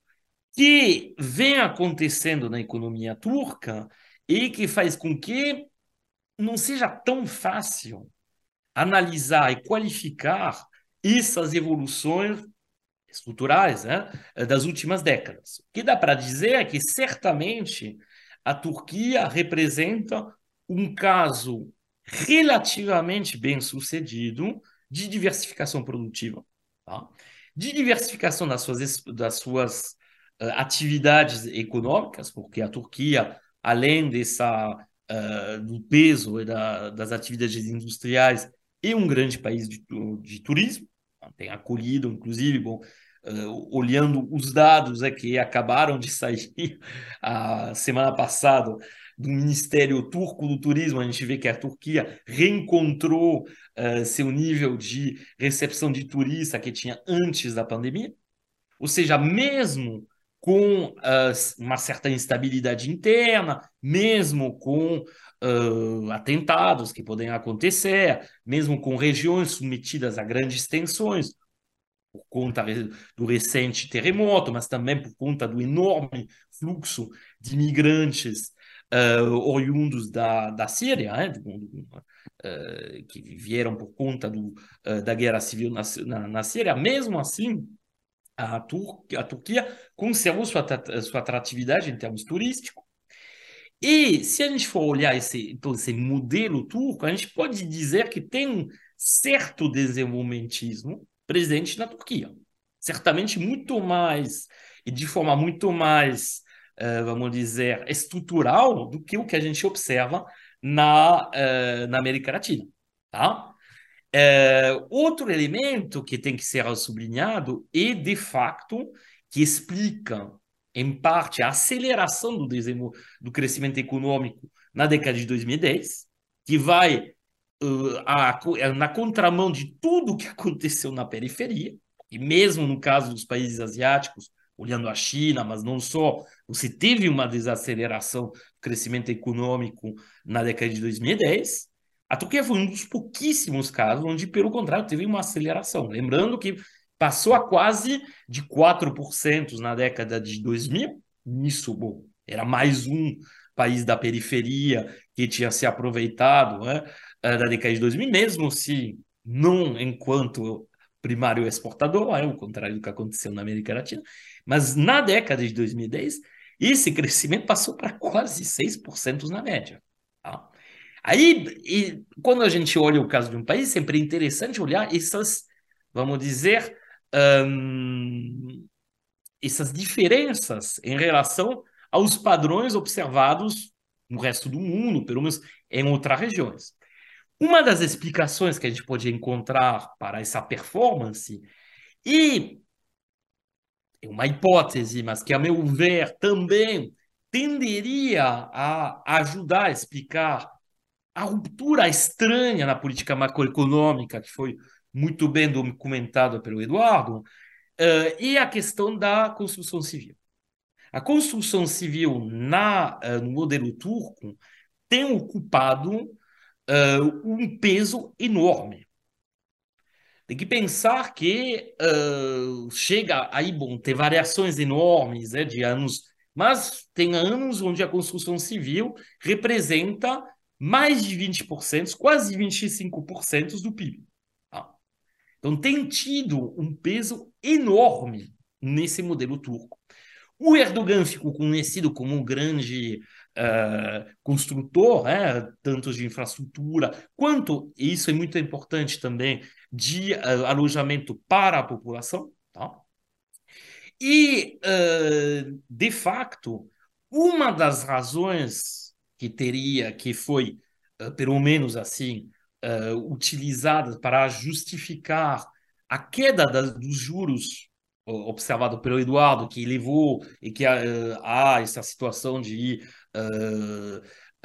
Speaker 4: que vem acontecendo na economia turca e que faz com que não seja tão fácil analisar e qualificar essas evoluções estruturais, né, das últimas décadas. O que dá para dizer é que, certamente, a Turquia representa um caso relativamente bem sucedido de diversificação produtiva, tá? De diversificação das suas, das suas uh, atividades econômicas, porque a Turquia, além dessa, uh, do peso da, das atividades industriais, é um grande país de, de turismo, tem acolhido, inclusive, bom, uh, olhando os dados é, que acabaram de sair a semana passada do Ministério Turco do Turismo, a gente vê que a Turquia reencontrou uh, seu nível de recepção de turista que tinha antes da pandemia. Ou seja, mesmo com uh, uma certa instabilidade interna, mesmo com uh, atentados que podem acontecer, mesmo com regiões submetidas a grandes tensões, por conta do recente terremoto, mas também por conta do enorme fluxo de imigrantes uh, oriundos da, da Síria, né, do, uh, que vieram por conta do, uh, da guerra civil na, na, na Síria. Mesmo assim, a, Tur a Turquia conservou sua, sua atratividade em termos turísticos. E se a gente for olhar esse, então, esse modelo turco, a gente pode dizer que tem um certo desenvolvimentismo presente na Turquia. Certamente muito mais, e de forma muito mais, uh, vamos dizer, estrutural do que o que a gente observa na, uh, na América Latina. Tá? Uh, outro elemento que tem que ser sublinhado é, de facto, que explica, em parte, a aceleração do, do crescimento econômico na década de dois mil e dez, que vai uh, a, a, na contramão de tudo que aconteceu na periferia, e mesmo no caso dos países asiáticos, olhando a China, mas não só, você teve uma desaceleração do crescimento econômico na década de dois mil e dez. A Turquia foi um dos pouquíssimos casos onde, pelo contrário, teve uma aceleração. Lembrando que passou a quase de quatro por cento na década de dois mil. Isso, bom, era mais um país da periferia que tinha se aproveitado, né, da década de dois mil, mesmo se não enquanto primário exportador, é o contrário do que aconteceu na América Latina. Mas na década de dois mil e dez, esse crescimento passou para quase seis por cento na média. Tá? Aí, e, quando a gente olha o caso de um país, sempre é interessante olhar essas, vamos dizer, hum, essas diferenças em relação aos padrões observados no resto do mundo, pelo menos em outras regiões. Uma das explicações que a gente pode encontrar para essa performance, e é uma hipótese, mas que, a meu ver, também tenderia a ajudar a explicar a ruptura estranha na política macroeconômica, que foi muito bem documentada pelo Eduardo, uh, e a questão da construção civil. A construção civil na, uh, no modelo turco tem ocupado uh, um peso enorme. Tem que pensar que uh, chega aí, bom, tem variações enormes, né, de anos, mas tem anos onde a construção civil representa mais de vinte por cento, quase vinte e cinco por cento do P I B. Tá? Então tem tido um peso enorme nesse modelo turco. O Erdogan ficou conhecido como um grande uh, construtor, né, tanto de infraestrutura, quanto, e isso é muito importante também, de uh, alojamento para a população. Tá? E, uh, de facto, uma das razões que teria, que foi, uh, pelo menos assim, uh, utilizada para justificar a queda das, dos juros observado pelo Eduardo, que levou e que uh, há essa situação de uh,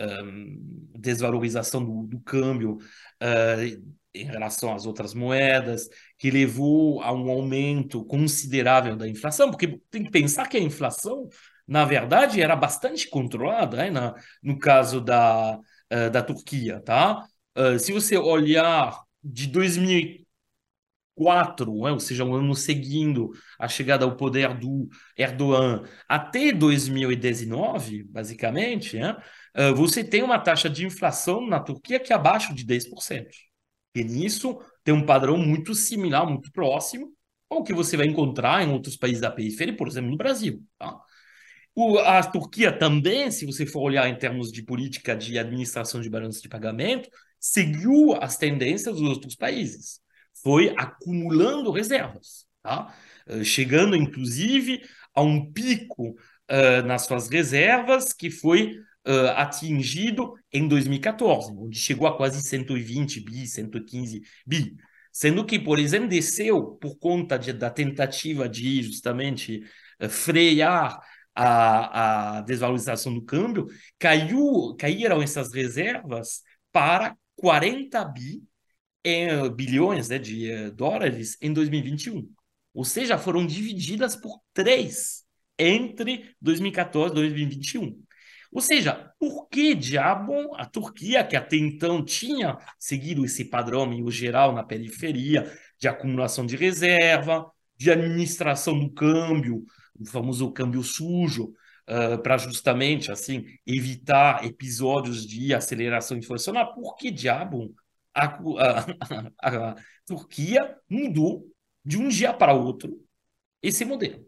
Speaker 4: um, desvalorização do, do câmbio uh, em relação às outras moedas, que levou a um aumento considerável da inflação, porque tem que pensar que a inflação, na verdade, era bastante controlada, né, na, no caso da, uh, da Turquia, tá? Uh, se você olhar de dois mil e quatro, né, ou seja, um ano seguindo a chegada ao poder do Erdogan, até dois mil e dezenove, basicamente, né, uh, você tem uma taxa de inflação na Turquia que é abaixo de dez por cento. E nisso tem um padrão muito similar, muito próximo ao que você vai encontrar em outros países da periferia, por exemplo, no Brasil. Tá? O, a Turquia também, se você for olhar em termos de política de administração de balanço de pagamento, seguiu as tendências dos outros países. Foi acumulando reservas, tá? Uh, chegando, inclusive, a um pico uh, nas suas reservas que foi uh, atingido em dois mil e quatorze, onde chegou a quase cento e vinte bi, cento e quinze bi. Sendo que, por exemplo, desceu por conta de, da tentativa de justamente uh, frear a, a desvalorização do câmbio, caiu, caíram essas reservas para quarenta bi, em, bilhões, né, de uh, dólares em dois mil e vinte e um. Ou seja, foram divididas por três entre dois mil e quatorze e dois mil e vinte e um. Ou seja, por que diabo a Turquia, que até então tinha seguido esse padrão meio geral na periferia, de acumulação de reserva, de administração do câmbio, o famoso câmbio sujo, uh, para justamente assim evitar episódios de aceleração inflacionária, por que diabo a, a, a Turquia mudou de um dia para outro esse modelo?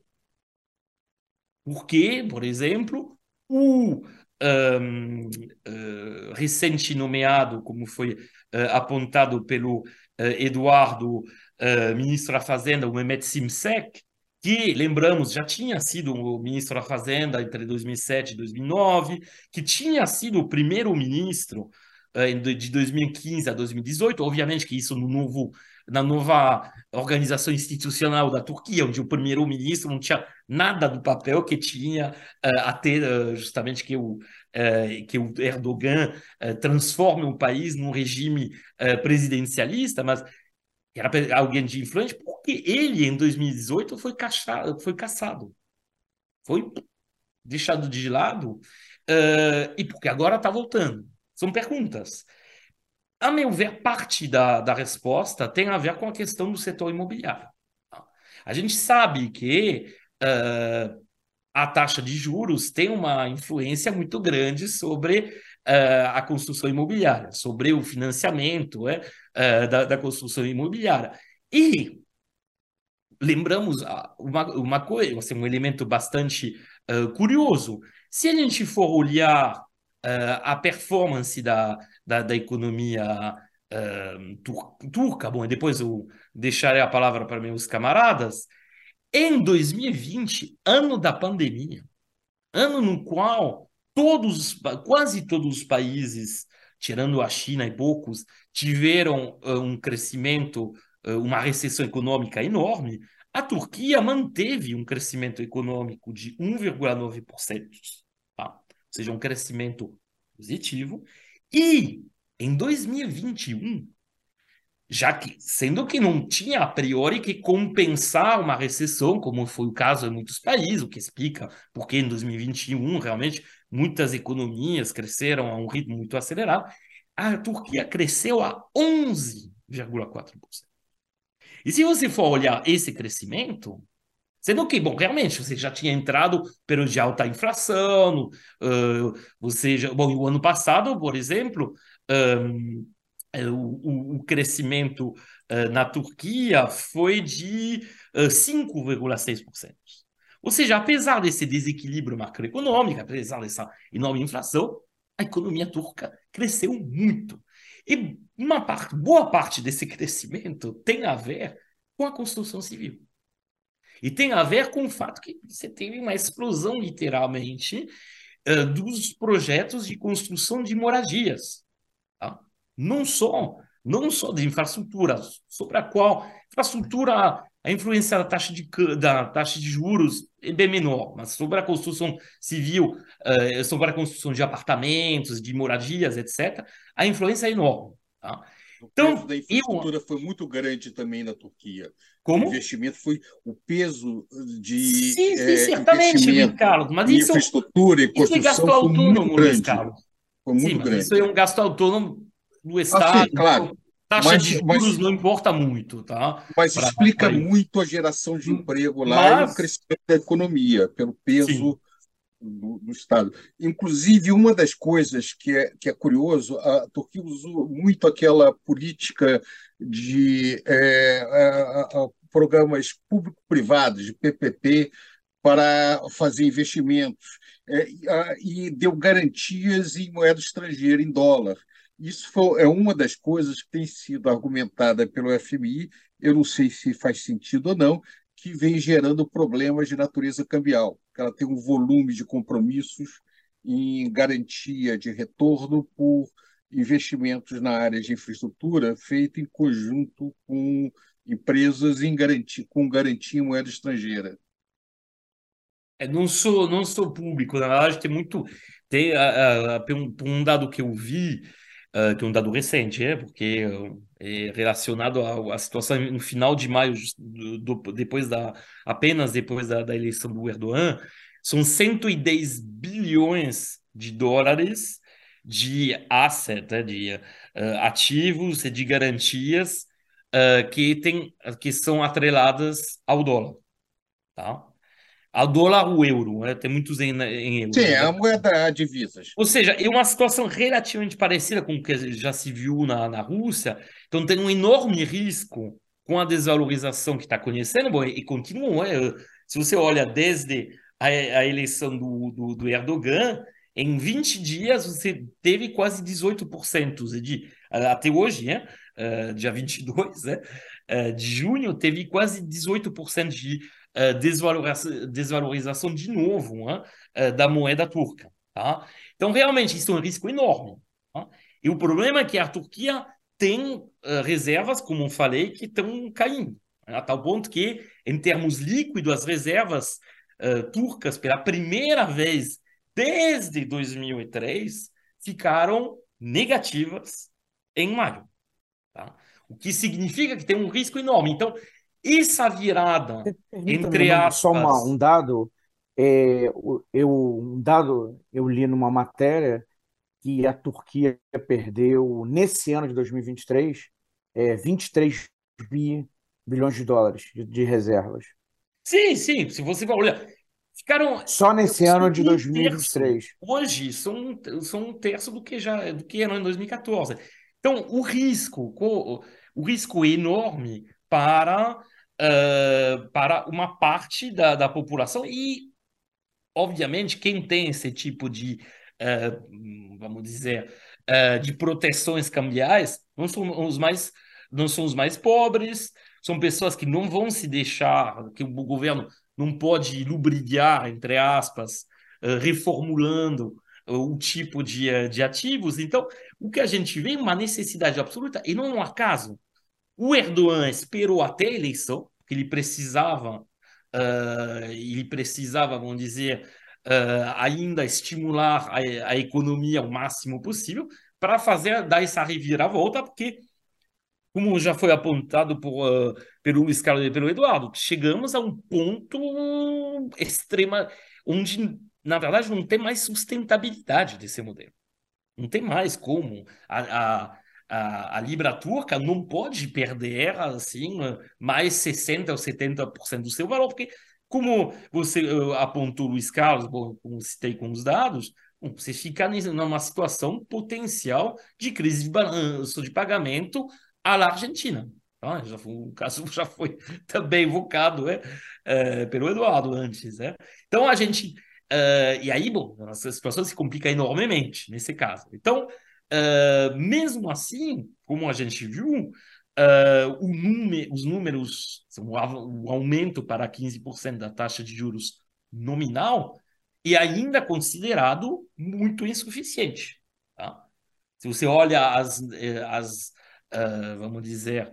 Speaker 4: Porque, por exemplo, o um, uh, recente nomeado, como foi uh, apontado pelo uh, Eduardo, uh, ministro da Fazenda, o Mehmet Simsek, que, lembramos, já tinha sido o ministro da Fazenda entre dois mil e sete e dois mil e nove, que tinha sido o primeiro-ministro uh, de dois mil e quinze a dois mil e dezoito, obviamente que isso no novo, na nova organização institucional da Turquia, onde o primeiro-ministro não tinha nada do papel que tinha uh, a ter uh, justamente que o, uh, que o Erdogan uh, transforme o país num regime uh, presidencialista, mas era alguém de influente, porque ele, em dois mil e dezoito, foi, caçado, foi caçado. Foi deixado de lado, uh, e porque agora está voltando. São perguntas. A meu ver, parte da, da resposta tem a ver com a questão do setor imobiliário. A gente sabe que uh, a taxa de juros tem uma influência muito grande sobre uh, a construção imobiliária, sobre o financiamento é, uh, da, da construção imobiliária. E lembramos uma, uma coisa, assim, um elemento bastante uh, curioso. Se a gente for olhar uh, a performance da, da, da economia uh, tur turca, bom, depois eu deixarei a palavra para meus camaradas, em dois mil e vinte, ano da pandemia, ano no qual todos, quase todos os países, tirando a China e poucos, tiveram uh, um crescimento, uh, uma recessão econômica enorme, a Turquia manteve um crescimento econômico de um vírgula nove por cento, tá? Ou seja, um crescimento positivo. E em dois mil e vinte e um, já que, sendo que não tinha a priori que compensar uma recessão, como foi o caso em muitos países, o que explica porque em dois mil e vinte e um realmente muitas economias cresceram a um ritmo muito acelerado. A Turquia cresceu a onze vírgula quatro por cento. E se você for olhar esse crescimento, sendo que, bom, realmente, você já tinha entrado período de alta inflação, uh, você já, bom, o ano passado, por exemplo, um, o, o, crescimento uh, na Turquia foi de uh, cinco vírgula seis por cento. Ou seja, apesar desse desequilíbrio macroeconômico, apesar dessa enorme inflação, a economia turca cresceu muito. E uma parte, boa parte desse crescimento tem a ver com a construção civil. E tem a ver com o fato que você teve uma explosão, literalmente, uh, dos projetos de construção de moradias. Tá? Não só, não só de infraestrutura, sobre a qual infraestrutura, a influência da taxa de, da taxa de juros é bem menor, mas sobre a construção civil, uh, sobre a construção de apartamentos, de moradias, etcétera, a influência é enorme. Tá?
Speaker 2: O
Speaker 4: Então,
Speaker 2: peso da
Speaker 4: eu,
Speaker 2: infraestrutura foi muito grande também na Turquia. O
Speaker 4: como?
Speaker 2: investimento foi o peso de
Speaker 4: Sim, sim,
Speaker 2: é,
Speaker 4: certamente, Luiz
Speaker 2: investimento
Speaker 4: Carlos, mas
Speaker 2: em
Speaker 4: isso,
Speaker 2: infraestrutura e
Speaker 4: isso é gasto
Speaker 2: construção foi muito
Speaker 4: autônomo, Luiz
Speaker 2: grande.
Speaker 4: Carlos.
Speaker 2: Foi
Speaker 4: Sim,
Speaker 2: muito
Speaker 4: mas isso é
Speaker 2: grande.
Speaker 4: um gasto autônomo do
Speaker 2: Ah, sim,
Speaker 4: Estado.
Speaker 2: claro.
Speaker 4: Então, taxa
Speaker 2: Mas,
Speaker 4: de juros
Speaker 2: mas,
Speaker 4: não importa muito, tá?
Speaker 2: mas
Speaker 4: Para
Speaker 2: explica
Speaker 4: isso.
Speaker 2: muito a geração de emprego lá e o
Speaker 4: Mas,
Speaker 2: crescimento da economia, pelo
Speaker 4: sim,
Speaker 2: peso do, do Estado. Inclusive, uma das coisas que é, que é curioso, a Turquia usou muito aquela política de é, a- a- programas público-privados, de P P P, para fazer investimentos, é, e, a- e deu garantias em moeda estrangeira, em dólar. Isso foi, é uma das coisas que tem sido argumentada pelo F M I, eu não sei se faz sentido ou não, que vem gerando problemas de natureza cambial, que ela tem um volume de compromissos em garantia de retorno por investimentos na área de infraestrutura feito em conjunto com empresas em garantia, com garantia em moeda estrangeira.
Speaker 4: é, não sou, não sou público, na verdade, tem muito. Tem, a, a, por um, por um dado que eu vi, ah, que é um dado recente, é, porque ah, é relacionado à, à situação no final de maio, do, do- depois da, apenas depois da, da eleição do Erdogan, são cento e dez bilhões de dólares de asset, né, de ah, ativos e de garantias ah, que, tem, que são atreladas ao dólar. Tá? Ao dólar, o euro, né? Tem muitos em, em euro,
Speaker 2: Sim,
Speaker 4: na
Speaker 2: é a
Speaker 4: verdade.
Speaker 2: moeda a divisas.
Speaker 4: Ou seja, é uma situação relativamente parecida com o que já se viu na, na Rússia. Então, tem um enorme risco com a desvalorização que está conhecendo. Bom, e, e continuam. É, se você olha desde a, a eleição do, do, do Erdogan, em vinte dias você teve quase dezoito por cento de, até hoje, né? Uh, dia vinte e dois, né? Uh, de junho, teve quase dezoito por cento de uh, desvalorização, desvalorização de novo, né? Uh, da moeda turca. Tá? Então, realmente, isso é um risco enorme. Tá? E o problema é que a Turquia tem uh, reservas, como eu falei, que estão caindo, né? A tal ponto que, em termos líquidos, as reservas uh, turcas, pela primeira vez desde dois mil e três, ficaram negativas em maio. Tá? O que significa que tem um risco enorme. Então, essa virada,
Speaker 3: Permita-me
Speaker 4: entre
Speaker 3: uma- só uma, um
Speaker 4: aspas,
Speaker 3: dado. É, o- eu, um dado eu li numa matéria que a Turquia perdeu nesse ano de dois mil e vinte e três é, vinte e três bi, bilhões de dólares de, de reservas.
Speaker 4: sim, sim, se você vai olhar, ficaram
Speaker 3: Só nesse
Speaker 4: são
Speaker 3: ano de
Speaker 4: um
Speaker 3: dois mil e vinte e
Speaker 4: terço.
Speaker 3: três.
Speaker 4: Hoje são, um- são um terço do que já do que era em dois mil e quatorze. Então, o risco, co- o risco é enorme para, eh, para uma parte da, da população e, obviamente, quem tem esse tipo de, eh, vamos dizer, eh, de proteções cambiais não são os mais, não são os mais pobres, são pessoas que não vão se deixar, que o governo não pode lubrificar, entre aspas, eh, reformulando eh, o tipo de, eh, de ativos. Então, o que a gente vê é uma necessidade absoluta, e não um acaso. O Erdogan esperou até a eleição, que ele precisava, uh, ele precisava, vamos dizer, uh, ainda estimular a, a economia o máximo possível para fazer dar essa reviravolta, porque como já foi apontado por, uh, pelo Luiz Carlos e pelo Eduardo, chegamos a um ponto extrema, onde, na verdade, não tem mais sustentabilidade desse modelo. Não tem mais como. A, a, a, a Libra turca não pode perder assim mais sessenta ou setenta por cento do seu valor, porque, como você uh, apontou, Luiz Carlos, bom, como citei com os dados, bom, você fica numa situação potencial de crise de balanço de pagamento à la Argentina. Ah, já foi, o caso já foi também invocado, né, é, pelo Eduardo antes. Né? Então, a gente Uh, e aí, bom, a situação se complica enormemente nesse caso. Então, uh, mesmo assim, como a gente viu, uh, o número, os números, o aumento para quinze por cento da taxa de juros nominal é ainda considerado muito insuficiente. Tá? Se você olha as, as uh, vamos dizer,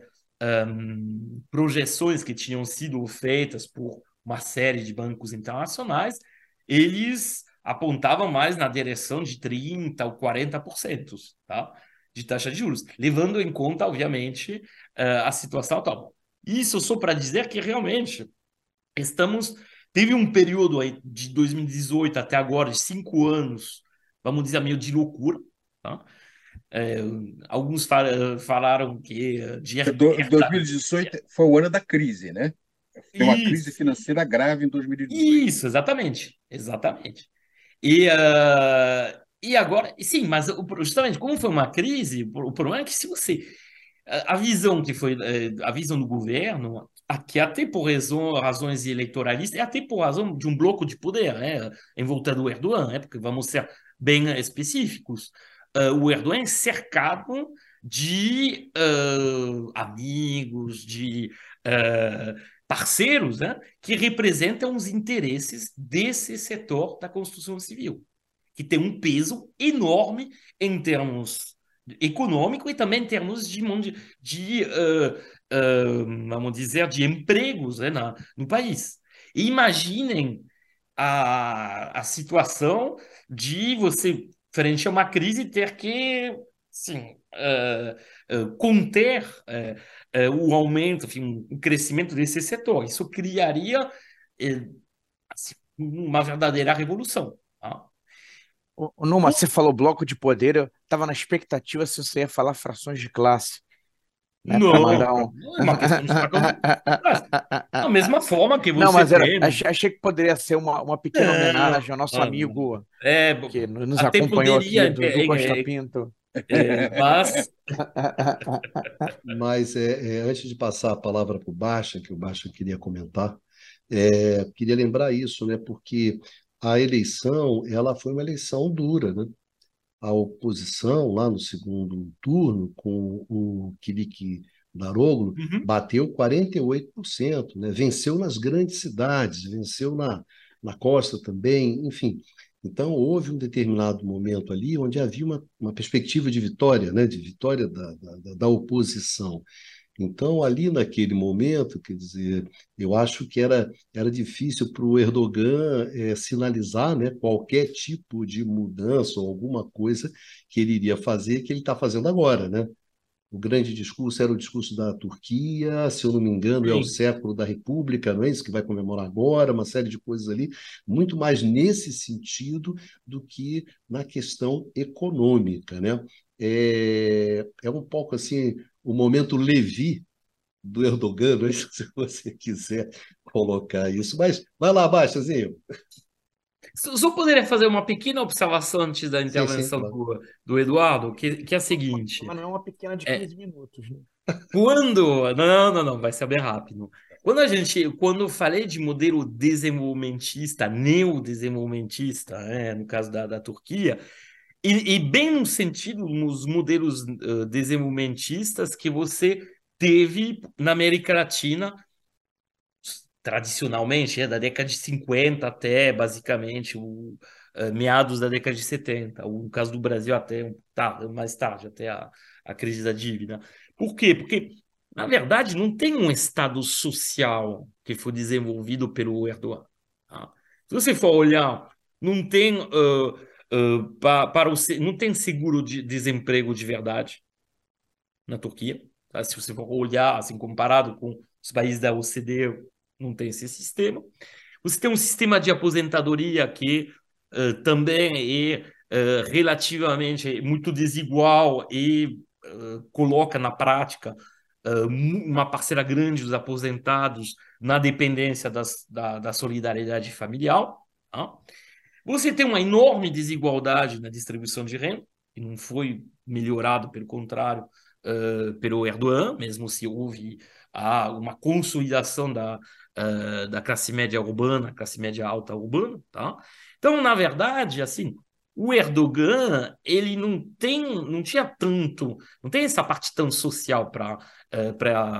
Speaker 4: um, projeções que tinham sido feitas por uma série de bancos internacionais, eles apontavam mais na direção de trinta por cento ou quarenta por cento, tá? De taxa de juros, levando em conta, obviamente, a situação atual. Isso só para dizer que realmente estamos... Teve um período aí de dois mil e dezoito até agora, de cinco anos, vamos dizer, meio de loucura, tá? É, alguns fal falaram que... De
Speaker 2: Do, dois mil e dezoito foi o ano da crise, né? Tem uma crise
Speaker 4: Isso.
Speaker 2: financeira grave em dois mil e dezoito.
Speaker 4: Isso, exatamente. Exatamente. E, uh, e agora, sim, mas justamente como foi uma crise, o problema é que se você. A visão que foi, a visão do governo, que até por razão, razões eleitoralistas, e até por razão de um bloco de poder, né, em volta do Erdogan, né, porque vamos ser bem específicos, uh, o Erdogan é cercado de uh, amigos, de uh, parceiros, né, que representam os interesses desse setor da construção civil, que tem um peso enorme em termos econômico e também em termos de, de uh, uh, vamos dizer, de empregos, né, na, no país. E imaginem a, a situação de você, frente a uma crise, ter que, sim, uh, uh, conter uh, uh, o aumento, enfim, o crescimento desse setor. Isso criaria uh, assim, uma verdadeira revolução. Tá?
Speaker 3: Ô, Numa, você falou bloco de poder, eu estava na expectativa se você ia falar frações de classe, né, para
Speaker 4: Não,
Speaker 3: mandar um.
Speaker 4: não é uma questão de fração de classe. Da mesma forma que
Speaker 3: Não,
Speaker 4: você
Speaker 3: mas era,
Speaker 4: tem.
Speaker 3: achei, achei que poderia ser uma, uma pequena
Speaker 4: Não,
Speaker 3: homenagem ao nosso
Speaker 4: não, não.
Speaker 3: amigo
Speaker 4: É,
Speaker 3: que nos
Speaker 4: até
Speaker 3: acompanhou
Speaker 4: poderia,
Speaker 3: aqui, Dudu Costa
Speaker 4: é, é,
Speaker 3: Pinto.
Speaker 4: é, mas
Speaker 1: Mas é, é, antes de passar a palavra para o Baixa, que o Baixa queria comentar, é, queria lembrar isso, né? Porque a eleição ela foi uma eleição dura, né? A oposição, lá no segundo turno, com o Kilic Daroglu,
Speaker 4: uhum,
Speaker 1: bateu quarenta e oito por cento, né? Venceu nas grandes cidades, venceu na, na costa também, enfim. Então, houve um determinado momento ali onde havia uma, uma perspectiva de vitória, né? De vitória da, da, da oposição. Então, ali naquele momento, quer dizer, eu acho que era, era difícil para o Erdogan eh, sinalizar, né, qualquer tipo de mudança ou alguma coisa que ele iria fazer, que ele está fazendo agora, né? O grande discurso era o discurso da Turquia, se eu não me engano, é o
Speaker 4: sim.
Speaker 1: século da República, não é isso que vai comemorar agora, uma série de coisas ali, muito mais nesse sentido do que na questão econômica, né? É, é um pouco assim o momento Levi do Erdogan, não é isso, se você quiser colocar isso. Mas vai lá, Baixazinho.
Speaker 4: Só só poderia fazer uma pequena observação antes da
Speaker 1: Sim, sim,
Speaker 4: intervenção
Speaker 1: claro.
Speaker 4: do, do Eduardo, que, que é a seguinte:
Speaker 3: Mas não é uma pequena de
Speaker 4: é,
Speaker 3: quinze minutos, né?
Speaker 4: quando. Não, não, não, vai ser bem rápido. Quando a gente, quando eu falei de modelo desenvolvimentista, neodesenvolvimentista, né, no caso da, da Turquia, e, e bem no sentido, nos modelos uh, desenvolvimentistas que você teve na América Latina, tradicionalmente, é, da década de cinquenta até, basicamente, o, uh, meados da década de setenta. O caso do Brasil até tá, mais tarde, até a, a crise da dívida. Por quê? Porque, na verdade, não tem um Estado social que foi desenvolvido pelo Erdogan. Tá? Se você for olhar, não tem, uh, uh, pa, para o, não tem seguro de desemprego de verdade na Turquia. tá? Se você for olhar, assim, comparado com os países da O C D E, não tem esse sistema. Você tem um sistema de aposentadoria que uh, também é uh, relativamente muito desigual e uh, coloca na prática uh, uma parcela grande dos aposentados na dependência das, da, da solidariedade familiar. Tá? Você tem uma enorme desigualdade na distribuição de renda, que não foi melhorado, pelo contrário, uh, pelo Erdogan, mesmo se houve ah, uma consolidação da, uh, da classe média urbana, classe média alta urbana. Tá? Então, na verdade, assim, o Erdogan, ele não tem, não tinha tanto, não tem essa parte tão social para uh,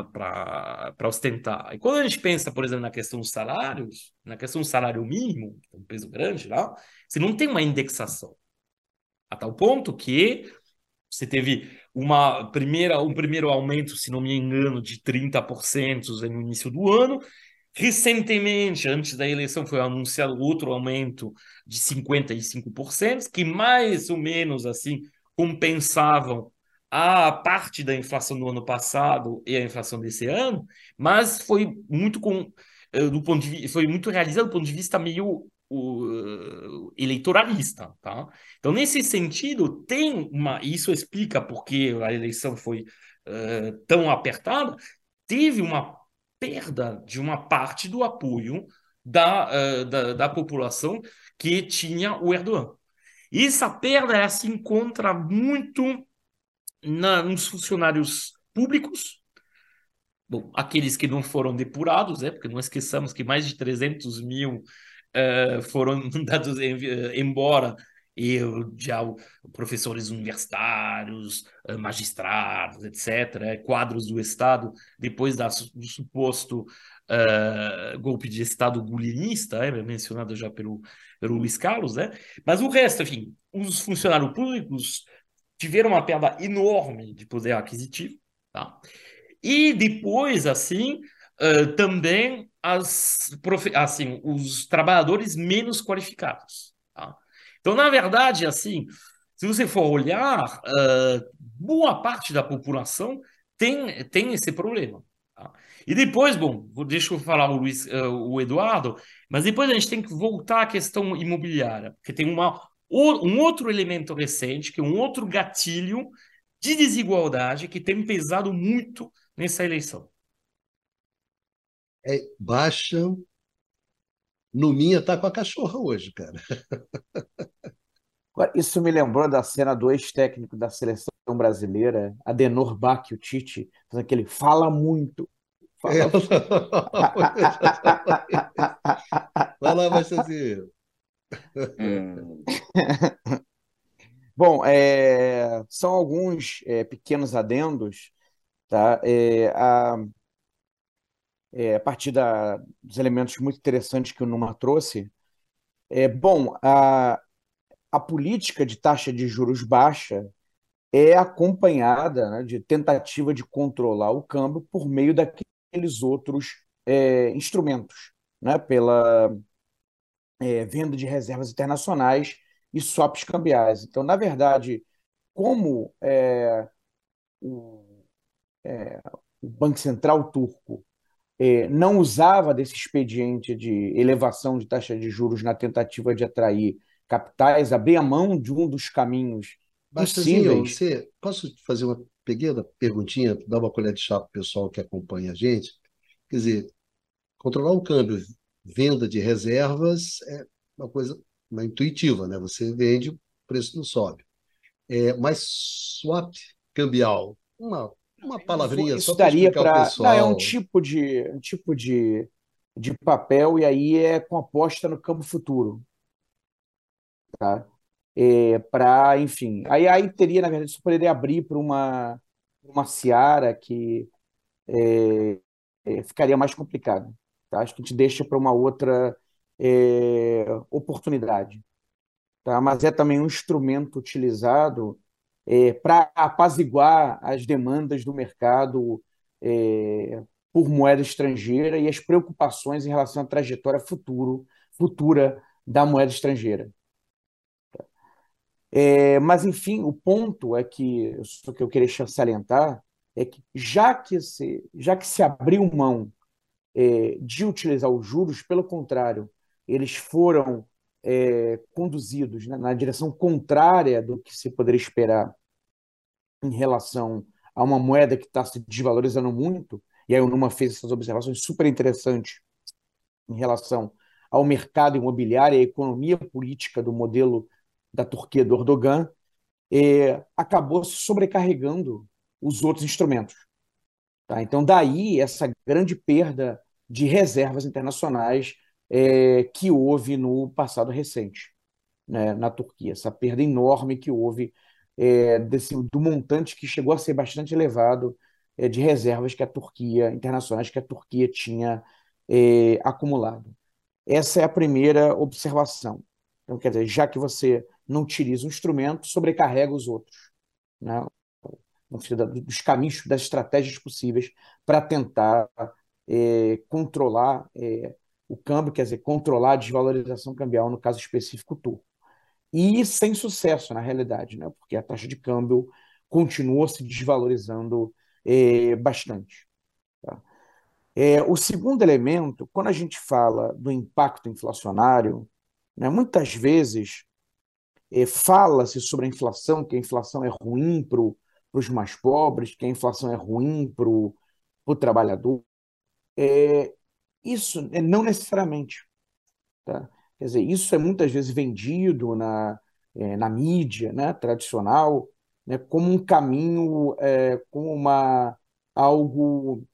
Speaker 4: para ostentar. E quando a gente pensa, por exemplo, na questão dos salários, na questão do salário mínimo, que é um peso grande lá, você não tem uma indexação. A tal ponto que você teve uma primeira, um primeiro aumento, se não me engano, de trinta por cento no início do ano. Recentemente, antes da eleição, foi anunciado outro aumento de cinquenta e cinco por cento, que mais ou menos assim compensavam a parte da inflação do ano passado e a inflação desse ano, mas foi muito com, do ponto de vista, foi muito realizado do ponto de vista meio uh, eleitoralista, tá? Então, nesse sentido, tem uma. Isso explica por que a eleição foi uh, tão apertada. Teve uma perda de uma parte do apoio da, uh, da, da população que tinha o Erdogan. E essa perda ela se encontra muito na, nos funcionários públicos. Bom, aqueles que não foram depurados, né? Porque não esqueçamos que mais de trezentos mil uh, foram mandados em, uh, embora, e já professores universitários, uh, magistrados, etcétera, quadros do Estado, depois da, do suposto uh, golpe de Estado gulinista, é, mencionado já pelo, pelo Luiz Carlos, né? Mas o resto, enfim, os funcionários públicos tiveram uma perda enorme de poder aquisitivo, tá? E depois, assim, uh, também as, assim, os trabalhadores menos qualificados. Tá? Então, na verdade, assim, se você for olhar, uh, boa parte da população tem, tem esse problema. Tá? E depois, bom, deixa eu falar o, Luiz, uh, o Eduardo, mas depois a gente tem que voltar à questão imobiliária, porque tem uma, um outro elemento recente, que é um outro gatilho de desigualdade que tem pesado muito nessa eleição.
Speaker 1: É, baixa. Numinha tá com a cachorra hoje, cara.
Speaker 3: Isso me lembrou da cena do ex-técnico da seleção brasileira, Adenor Bach, o Tite, fazendo aquele fala muito.
Speaker 1: É.
Speaker 3: Fala...
Speaker 1: Vai lá, Baixazinho.
Speaker 2: Hum.
Speaker 3: Bom, é, são alguns é, pequenos adendos, tá? É, a, é, a partir da, dos elementos muito interessantes que o Numa trouxe. É, bom, a, a política de taxa de juros baixa é acompanhada, né, de tentativa de controlar o câmbio por meio daqueles outros é, instrumentos, né, pela é, venda de reservas internacionais e swaps cambiais. Então, na verdade, como é, o, é, o Banco Central turco é, não usava desse expediente de elevação de taxa de juros na tentativa de atrair capitais, abrir a mão de um dos caminhos
Speaker 1: Baixazinho,
Speaker 3: possíveis.
Speaker 1: você, posso te fazer uma pequena perguntinha, dar uma colher de chá para o pessoal que acompanha a gente? Quer dizer, controlar o câmbio, venda de reservas é uma coisa uma intuitiva, né? Você vende, o preço não sobe. É, mas swap cambial, uma, uma
Speaker 3: Isso,
Speaker 1: palavrinha
Speaker 3: isso
Speaker 1: só para
Speaker 3: daria
Speaker 1: explicar ao
Speaker 3: para. Não, é um
Speaker 1: pessoal.
Speaker 3: tipo de, um tipo de, de papel, e aí é com aposta no campo futuro, tá? É, para, enfim. Aí, aí teria, na verdade, isso poderia abrir para uma, uma seara que é, é, ficaria mais complicado. Tá? Acho que a gente deixa para uma outra é, oportunidade. Tá? Mas é também um instrumento utilizado é, para apaziguar as demandas do mercado é, por moeda estrangeira e as preocupações em relação à trajetória futuro, futura da moeda estrangeira. É, mas, enfim, o ponto é que, o que eu queria salientar é que já que se, já que se abriu mão é, de utilizar os juros, pelo contrário, eles foram é, conduzidos, né, na direção contrária do que se poderia esperar em relação a uma moeda que está se desvalorizando muito, e aí o Numa fez essas observações super interessantes em relação ao mercado imobiliário e à economia política do modelo da Turquia do Erdogan, é, acabou sobrecarregando os outros instrumentos. Tá? Então, daí essa grande perda de reservas internacionais é, que houve no passado recente, né, na Turquia, essa perda enorme que houve é, desse, do montante que chegou a ser bastante elevado é, de reservas que a Turquia, internacionais que a Turquia tinha é, acumulado. Essa é a primeira observação. Então, quer dizer, já que você não utiliza um instrumento, sobrecarrega os outros, né? Dos caminhos, das estratégias possíveis para tentar é, controlar é, o câmbio, quer dizer, controlar a desvalorização cambial, no caso específico turco. E sem sucesso, na realidade, né? Porque a taxa de câmbio continuou se desvalorizando é, bastante. Tá? É, o segundo elemento, quando a gente fala do impacto inflacionário, né, muitas vezes é, fala-se sobre a inflação, que a inflação é ruim para os mais pobres, que a inflação é ruim para o trabalhador. É, isso é não necessariamente. Tá? Quer dizer, isso é muitas vezes vendido na, é, na mídia, né, tradicional, né, como um caminho, é, como uma, algo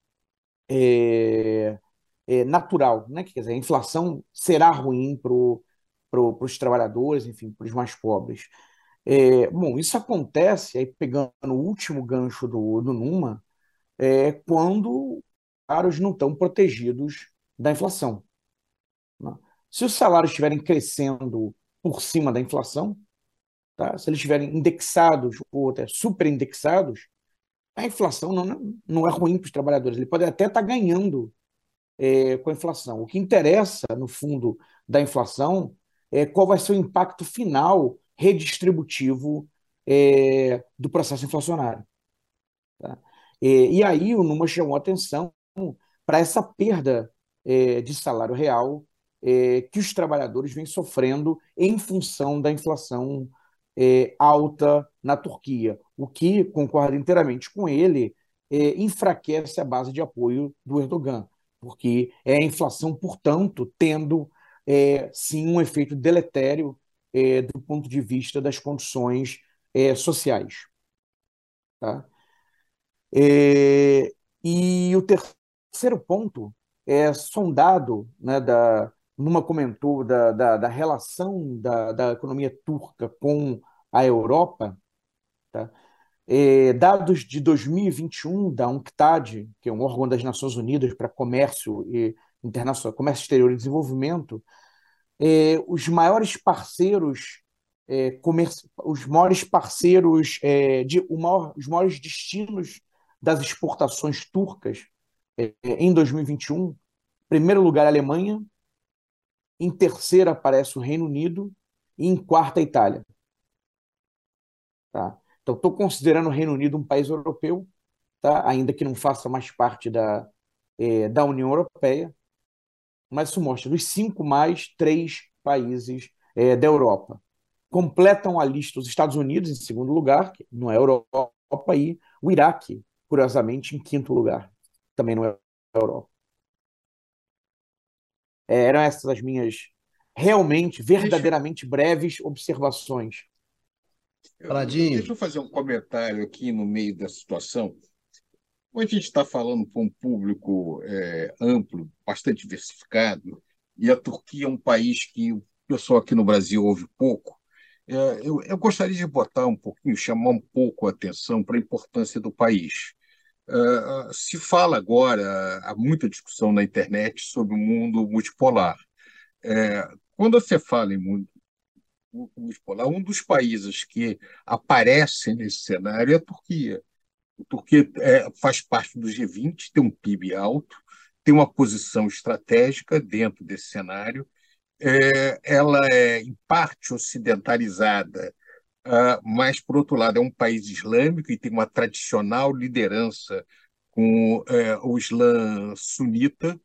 Speaker 3: é, é, natural, né? Quer dizer, a inflação será ruim para pro, os trabalhadores, enfim, para os mais pobres. É, bom, isso acontece, aí pegando o último gancho do, do Numa, é quando os salários não estão protegidos da inflação. Né? Se os salários estiverem crescendo por cima da inflação, tá? Se eles estiverem indexados ou até superindexados, a inflação não, não é ruim para os trabalhadores. Ele pode até estar ganhando é, com a inflação. O que interessa, no fundo, da inflação é qual vai ser o impacto final redistributivo é, do processo inflacionário. Tá? E, e aí o Numa chamou atenção para essa perda é, de salário real é, que os trabalhadores vêm sofrendo em função da inflação é, alta na Turquia, o que, concordo inteiramente com ele, é, enfraquece a base de apoio do Erdogan, porque é a inflação, portanto, tendo é, sim um efeito deletério é, do ponto de vista das condições é, sociais. Tá? É, e o terceiro ponto é sondado, né, da, numa comentou da, da, da relação da, da economia turca com a Europa, tá? É, dados de dois mil e vinte e um da UNCTAD, que é um órgão das Nações Unidas para Comércio e Internacional, Comércio Exterior e Desenvolvimento, é, os maiores parceiros é, comerci... os maiores parceiros é, de o maior, os maiores destinos das exportações turcas é, em dois mil e vinte e um, em primeiro lugar a Alemanha, em terceiro aparece o Reino Unido e em quarta a Itália. Tá? Então estou considerando o Reino Unido um país europeu, tá? Ainda que não faça mais parte da, é, da União Europeia, mas isso mostra dos cinco mais três países é, da Europa. Completam a lista os Estados Unidos em segundo lugar, que não é Europa, e o Iraque, curiosamente, em quinto lugar, também não é Europa. É, eram essas as minhas realmente,
Speaker 2: Deixa,
Speaker 3: verdadeiramente breves observações.
Speaker 2: eu, deixa
Speaker 1: Paladino,
Speaker 2: eu fazer um comentário aqui no meio da situação. Como a gente está falando para um público é, amplo, bastante diversificado, e a Turquia é um país que o pessoal aqui no Brasil ouve pouco, é, eu, eu gostaria de botar um pouquinho, chamar um pouco a atenção para a importância do país. É, se fala agora, há muita discussão na internet sobre o mundo multipolar. É, quando você fala em mundo multipolar, um dos países que aparece nesse cenário é a Turquia. A Turquia é, faz parte do G vinte, tem um P I B alto, tem uma posição estratégica dentro desse cenário. É, ela é, em parte, ocidentalizada uh, mas, por outro lado, é um país islâmico e tem uma tradicional liderança com uh, o Islã sunita,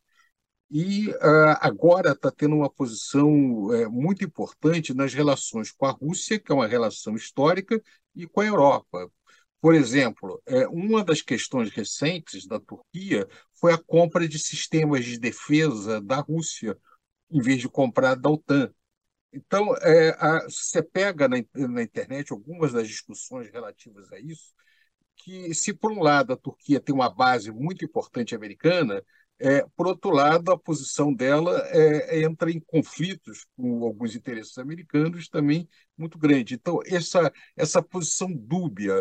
Speaker 2: e uh, agora está tendo uma posição uh, muito importante nas relações com a Rússia, que é uma relação histórica, e com a Europa. Por exemplo, uh, uma das questões recentes da Turquia foi a compra de sistemas de defesa da Rússia, em vez de comprar da OTAN. Então, é, a, você pega na, na internet algumas das discussões relativas a isso, que, se por um lado a Turquia tem uma base muito importante americana, é, por outro lado, a posição dela é, entra em conflitos com alguns interesses americanos também muito grande. Então, essa, essa posição dúbia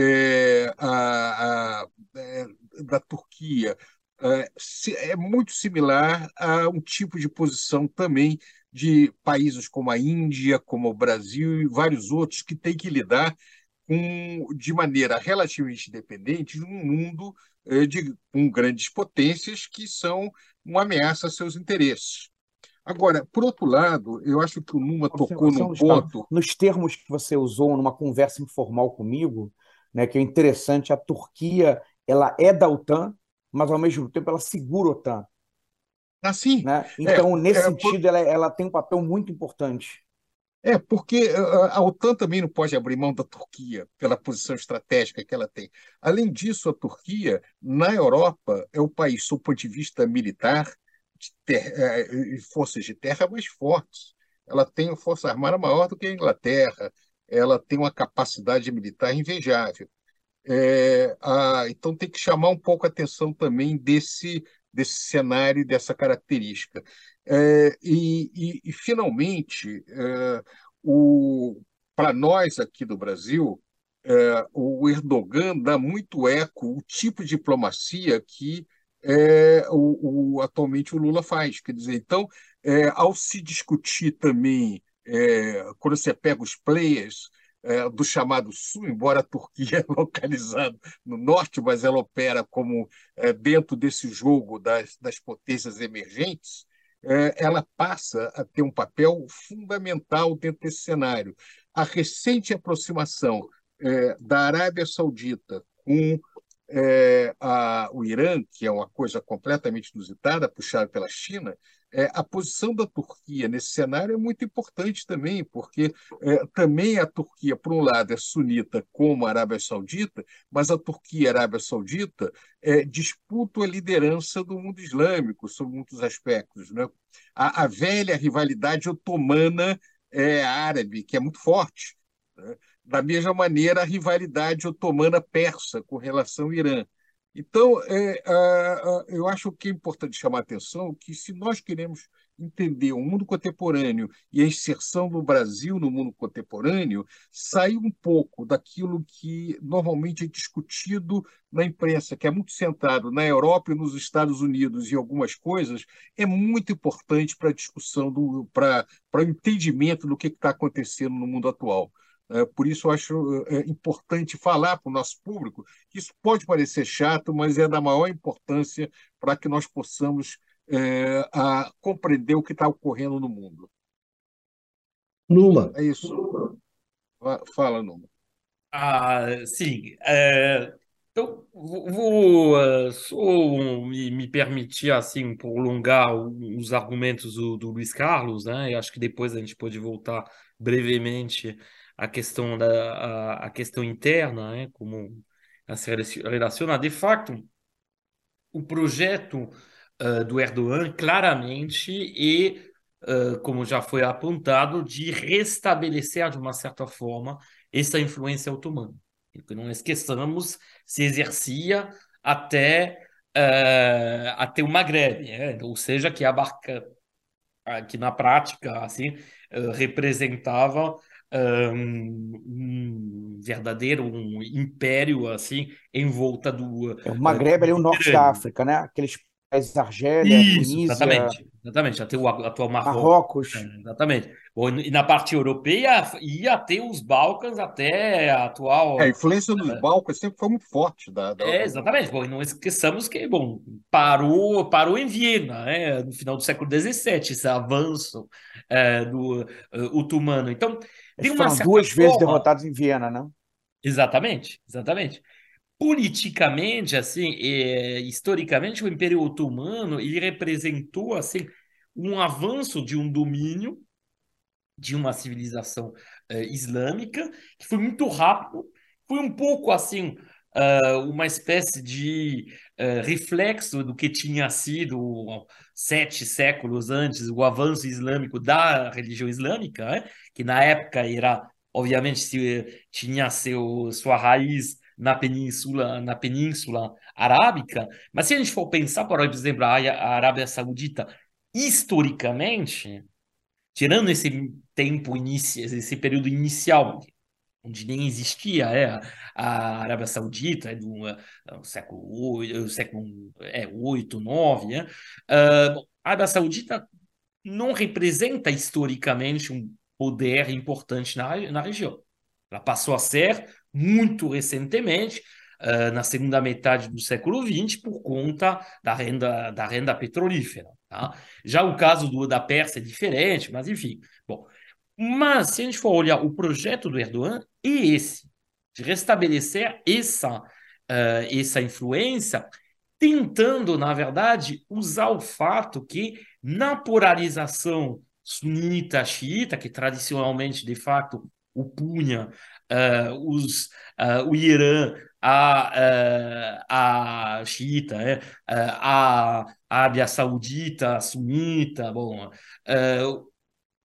Speaker 2: é, a, a, é, da Turquia é, se- é muito similar a um tipo de posição também de países como a Índia, como o Brasil e vários outros que têm que lidar com, de maneira relativamente independente num mundo eh, de, com grandes potências que são uma ameaça a seus interesses. Agora, por outro lado, eu acho que o Numa tocou num
Speaker 3: Observação, Gustavo,
Speaker 2: ponto.
Speaker 3: nos termos que você usou numa conversa informal comigo, né, que é interessante, a Turquia ela é da OTAN, mas ao mesmo tempo ela segura a OTAN,
Speaker 2: Assim,
Speaker 3: né?
Speaker 2: é,
Speaker 3: Então, nesse
Speaker 2: é, por-
Speaker 3: sentido, ela, ela tem um papel muito importante.
Speaker 2: é porque a, a OTAN também não pode abrir mão da Turquia pela posição estratégica que ela tem. Além disso, a Turquia, na Europa, é o país, do ponto de vista militar, de ter, eh, e forças de terra mais fortes. Ela tem uma força armada maior do que a Inglaterra, ela tem uma capacidade militar invejável. É, a- então tem que chamar um pouco a atenção também desse, desse cenário e dessa característica. É, e, e- e, finalmente, é, o, para nós aqui do Brasil, é, o Erdogan dá muito eco o tipo de diplomacia que é, o, o- atualmente o Lula faz. Quer dizer, então, é, ao se discutir também, é, quando você pega os players é, do chamado Sul, embora a Turquia é localizada no norte, mas ela opera como é, dentro desse jogo das, das potências emergentes, é, ela passa a ter um papel fundamental dentro desse cenário. A recente aproximação é, da Arábia Saudita com é, a, o Irã, que é uma coisa completamente inusitada, puxada pela China, é, a posição da Turquia nesse cenário é muito importante também, porque é, também a Turquia, por um lado, é sunita como a Arábia Saudita, mas a Turquia e a Arábia Saudita é, disputam a liderança do mundo islâmico sob muitos aspectos, né? A, a velha rivalidade otomana é, árabe, que é muito forte, né? Da mesma maneira, a rivalidade otomana-persa com relação ao Irã. Então, é, a- a- eu acho que é importante chamar a atenção que, se nós queremos entender o mundo contemporâneo e a inserção do Brasil no mundo contemporâneo, sair um pouco daquilo que normalmente é discutido na imprensa, que é muito centrado na Europa e nos Estados Unidos e algumas coisas, é muito importante para a discussão, do, para, para o entendimento do que está acontecendo no mundo atual. É, por isso, eu acho é, importante falar para o nosso público que isso pode parecer chato, mas é da maior importância para que nós possamos é, a compreender o que está ocorrendo no mundo.
Speaker 1: Numa,
Speaker 2: É isso. Va- Fala, Numa.
Speaker 4: Ah, sim. É, então, vou, vou, eh, só me, me permitir assim prolongar o- os argumentos do, do Luiz Carlos, né? E acho que depois a gente pode voltar brevemente à questão da à, à questão interna, né? Como a se relaciona. relaciona. De fato, o projeto eh, do Erdogan claramente e eh, como já foi apontado, de restabelecer de uma certa forma essa influência otomana. E que não esqueçamos, se exercia até eh, até o Maghreb, né? Ou seja, que abarca ah, que na prática assim eh, representava um, um verdadeiro um império assim em volta do
Speaker 3: É, o
Speaker 4: eh, do
Speaker 3: Maghreb ali é o norte da
Speaker 4: Mediterrâneo.
Speaker 3: África, né? Aqueles países Argélia,
Speaker 4: Isso,
Speaker 3: Tunísia,
Speaker 4: exatamente, exatamente, até o atual Marrocos, é,
Speaker 3: Marrocos.
Speaker 4: exatamente. Bom, e na parte europeia ia até os Balcãs, até a
Speaker 2: É, a
Speaker 4: atual.
Speaker 2: influência dos Balcãs sempre foi muito forte da, da
Speaker 4: É,
Speaker 2: União
Speaker 4: exatamente. Bom,
Speaker 2: Europeia.
Speaker 4: e não esqueçamos que, bom, parou, parou em Viena, né, no final do século dezessete, esse avanço é, do uh, otomano. Então,
Speaker 3: Eles
Speaker 4: de uma
Speaker 3: foram
Speaker 4: certa
Speaker 3: duas vezes
Speaker 4: forma,
Speaker 3: derrotados em Viena, não?
Speaker 4: exatamente, exatamente. Politicamente, assim, é, historicamente, o Império Otomano ele representou assim um avanço de um domínio de uma civilização eh, islâmica que foi muito rápido, foi um pouco assim ah, uma espécie de eh, reflexo do que tinha sido sete séculos antes o avanço islâmico da religião islâmica, né? Que na época era, obviamente, se, tinha seu sua raiz na península na península arábica, mas se a gente for pensar, por exemplo, a a Arábia Saudita historicamente, tirando esse tempo inici esse período inicial, onde nem existia é, a, a Arábia Saudita, é do, é, do século oito, século é, oito, nove, né? Uh, bom, a Arábia Saudita não representa historicamente um poder importante na, na região. Ela passou a ser muito recentemente, uh, na segunda metade do século vinte, por conta da renda, da renda petrolífera. Tá? Já o caso do, da Pérsia é diferente, mas enfim. Bom, mas se a gente for olhar o projeto do Erdogan, é esse, de restabelecer essa, uh, essa influência, tentando, na verdade, usar o fato que na polarização sunita-xiita, que tradicionalmente, de fato, opunha uh, os, uh, o Irã a, uh, a xiita, é, uh, a Arábia Saudita, a sunita, bom, uh,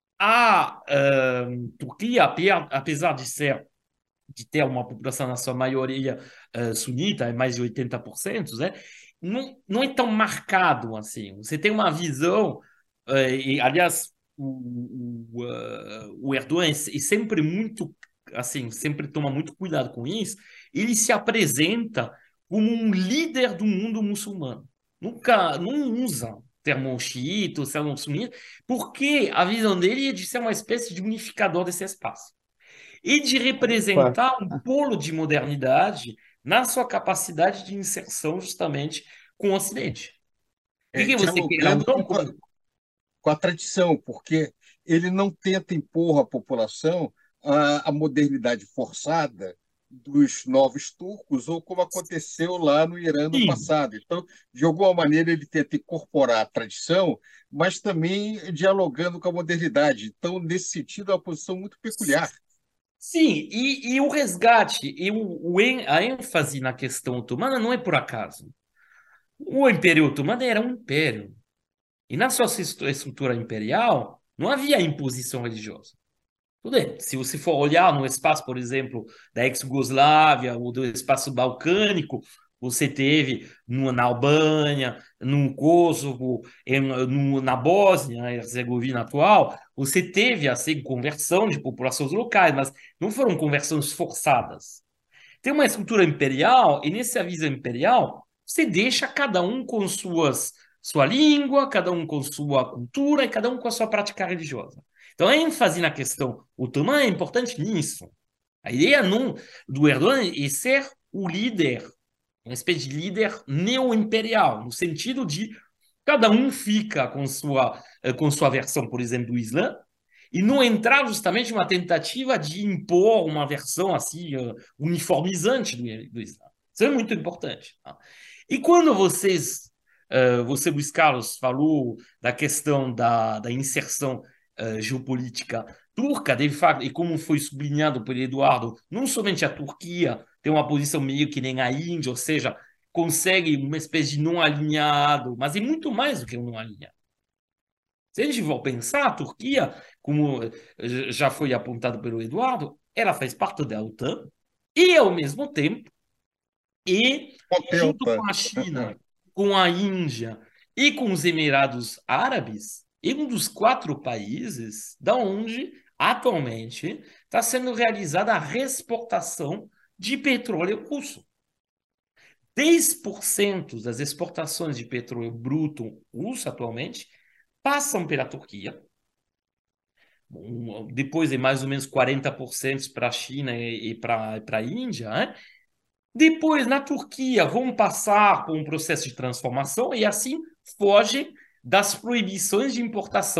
Speaker 4: a uh, Turquia, apesar de ser de ter uma população na sua maioria uh, sunita, é mais de oitenta por cento, né? Não, não é tão marcado assim. Você tem uma visão, uh, e aliás, o, o, uh, o Erdogan é, é sempre muito, assim, sempre toma muito cuidado com isso. Ele se apresenta como um líder do mundo muçulmano. Nunca, não usa o termo xiita, o termo sunita, porque a visão dele é de ser uma espécie de unificador desse espaço e de
Speaker 3: Opa.
Speaker 4: representar um polo de modernidade na sua capacidade de inserção justamente com o Ocidente. E
Speaker 2: É,
Speaker 4: que você queira ou
Speaker 2: dialogando
Speaker 4: não,
Speaker 2: com,
Speaker 4: como...
Speaker 2: com a tradição, porque ele não tenta impor à população a, a modernidade forçada dos novos turcos, ou como aconteceu lá no Irã no
Speaker 4: Sim,
Speaker 2: passado. Então, de alguma maneira, ele tenta incorporar a tradição, mas também dialogando com a modernidade. Então, nesse sentido, é uma posição muito peculiar.
Speaker 4: sim, e, e o resgate e o, o, a ênfase na questão otomana não é por acaso. O Império Otomano era um império. E na sua estrutura imperial, não havia imposição religiosa. Tudo bem. Se você for olhar no espaço, por exemplo, da ex-Yugoslávia ou do espaço balcânico, você teve no, na Albânia, no Kosovo, em, no, na Bósnia e Herzegovina atual, você teve assim conversão de populações locais, mas não foram conversões forçadas. Tem uma estrutura imperial e nessa visão imperial você deixa cada um com suas sua língua, cada um com sua cultura e cada um com a sua prática religiosa. Então, a ênfase na questão otomana é importante nisso. A ideia não, do Erdogan é ser o líder, uma espécie de líder neo-imperial, no sentido de cada um fica com sua, com sua versão, por exemplo, do Islã, e não entrar justamente numa tentativa de impor uma versão assim uniformizante do, do Islã. Isso é muito importante. Tá? E quando vocês, uh, você, Luiz Carlos, falou da questão da, da inserção uh, geopolítica turca, de fato, e como foi sublinhado por Eduardo, não somente a Turquia tem uma posição meio que nem a Índia, ou seja, consegue uma espécie de não alinhado, mas é muito mais do que um não alinhado. Se a gente for pensar, a Turquia, como já foi apontado pelo Eduardo, ela faz parte da OTAN e, ao mesmo tempo, e junto
Speaker 2: Contenta.
Speaker 4: com a China, com a Índia e com os Emirados Árabes, é um dos quatro países da onde, atualmente, está sendo realizada a reexportação de petróleo russo. dez por cento das exportações de petróleo bruto russo atualmente passam pela Turquia. Bom, depois de mais ou menos quarenta por cento para a China e, e para a Índia. Né? Depois, na Turquia, vão passar por um processo de transformação e assim foge das proibições de importação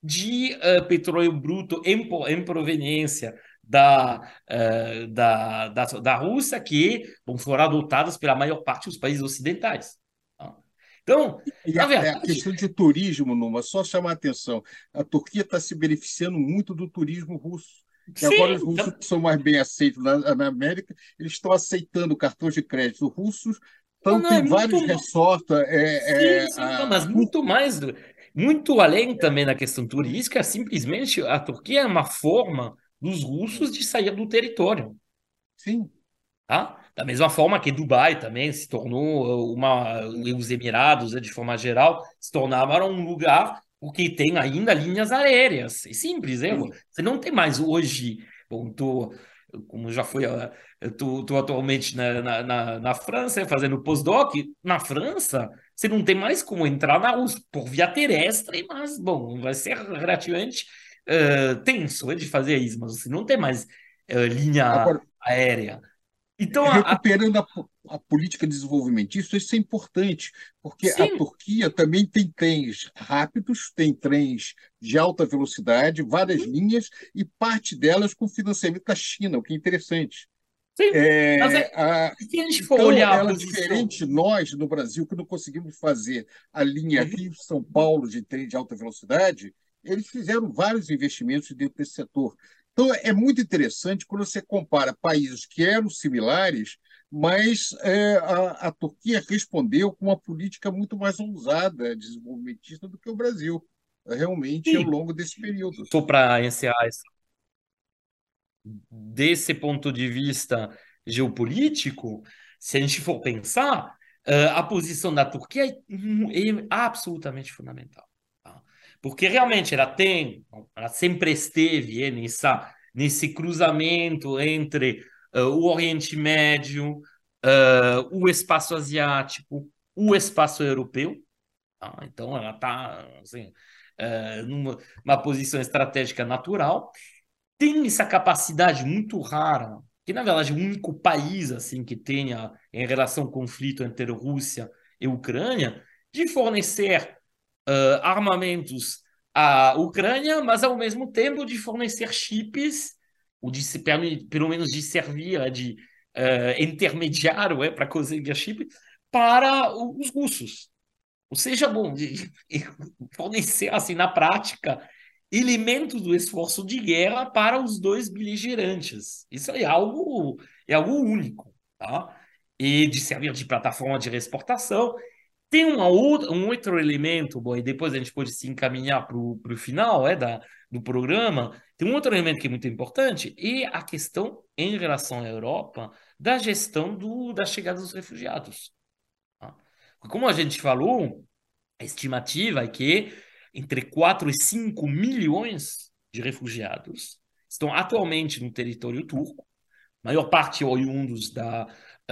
Speaker 4: de uh, petróleo bruto em, em proveniência da, uh, da, da, da Rússia, que bom, foram adotadas pela maior parte dos países ocidentais. Tá? Então,
Speaker 2: E
Speaker 4: na
Speaker 2: a, é a
Speaker 4: verdade...
Speaker 2: questão de turismo, Numa, só chamar a atenção, a Turquia está se beneficiando muito do turismo russo. E agora os
Speaker 4: Sim,
Speaker 2: russos
Speaker 4: tá,
Speaker 2: que são mais bem aceitos na, na América, eles estão aceitando cartões de crédito russos,
Speaker 4: não,
Speaker 2: então
Speaker 4: não, é
Speaker 2: tem
Speaker 4: muito...
Speaker 2: vários resorts, é,
Speaker 4: Sim,
Speaker 2: é,
Speaker 4: sim, não,
Speaker 2: a,
Speaker 4: mas muito mais, muito além também da questão turística, simplesmente a Turquia é uma forma dos russos de sair do território.
Speaker 2: sim,
Speaker 4: Tá? Da mesma forma que Dubai também se tornou uma, os Emirados, né, de forma geral, se tornaram um lugar porque tem ainda linhas aéreas. É simples, é?
Speaker 2: sim.
Speaker 4: Você não tem mais hoje, bom, tô, como já foi, ah, eu tô, tô atualmente na, na, na, na França, fazendo postdoc. Na França, você não tem mais como entrar na Rússia por via terrestre, mas, bom, vai ser relativamente eh, tenso, é, de fazer isso, mas você não tem mais eh, linha
Speaker 2: Agora,
Speaker 4: aérea. Então, a, a-
Speaker 2: recuperando a, a política de desenvolvimento. Isso, isso é importante, porque a
Speaker 4: sim,
Speaker 2: Turquia também tem trens rápidos, tem trens de alta velocidade, várias linhas, e parte delas com financiamento da China, o que é interessante.
Speaker 4: sim. Mas
Speaker 2: É,
Speaker 4: é,
Speaker 2: a,
Speaker 4: se a gente for
Speaker 2: então,
Speaker 4: olhar a
Speaker 2: ela é
Speaker 4: posição.
Speaker 2: diferente, nós, no Brasil, que não conseguimos fazer a linha
Speaker 4: Uhum.
Speaker 2: Rio-São Paulo de trem de alta velocidade, eles fizeram vários investimentos dentro desse setor. Então, é muito interessante quando você compara países que eram similares, mas é, a, a Turquia respondeu com uma política muito mais ousada, desenvolvimentista, do que o Brasil, realmente, ao
Speaker 4: Sim.
Speaker 2: longo desse período.
Speaker 4: Só para encerrar essa- desse ponto de vista geopolítico, se a gente for pensar, eh, a posição da Turquia é, mu- é absolutamente fundamental. Tá? Porque realmente ela tem, ela sempre esteve eh, nessa, nesse cruzamento entre eh, o Oriente Médio, eh, o espaço asiático, o espaço europeu. Tá? Então, ela está assim, eh, numa uma posição estratégica natural, tem essa capacidade muito rara, que na verdade é o único país assim que tenha em relação ao conflito entre Rússia e Ucrânia, de fornecer uh, armamentos à Ucrânia, mas ao mesmo tempo de fornecer chips, ou de se, pelo menos de servir de uh, intermediário é, para conseguir chip para os russos. Ou seja, bom, de, de fornecer assim na prática elementos do esforço de guerra para os dois beligerantes. Isso é algo, é algo único, tá? E de servir de plataforma de exportação. Tem uma outra, um outro elemento, bom, e depois a gente pode se encaminhar para o final é, da, do programa. Tem um outro elemento que é muito importante, e a questão em relação à Europa da gestão do, da chegada dos refugiados. Tá? Como a gente falou, a estimativa é que entre quatro e cinco milhões de refugiados estão atualmente no território turco, maior parte oriundos da,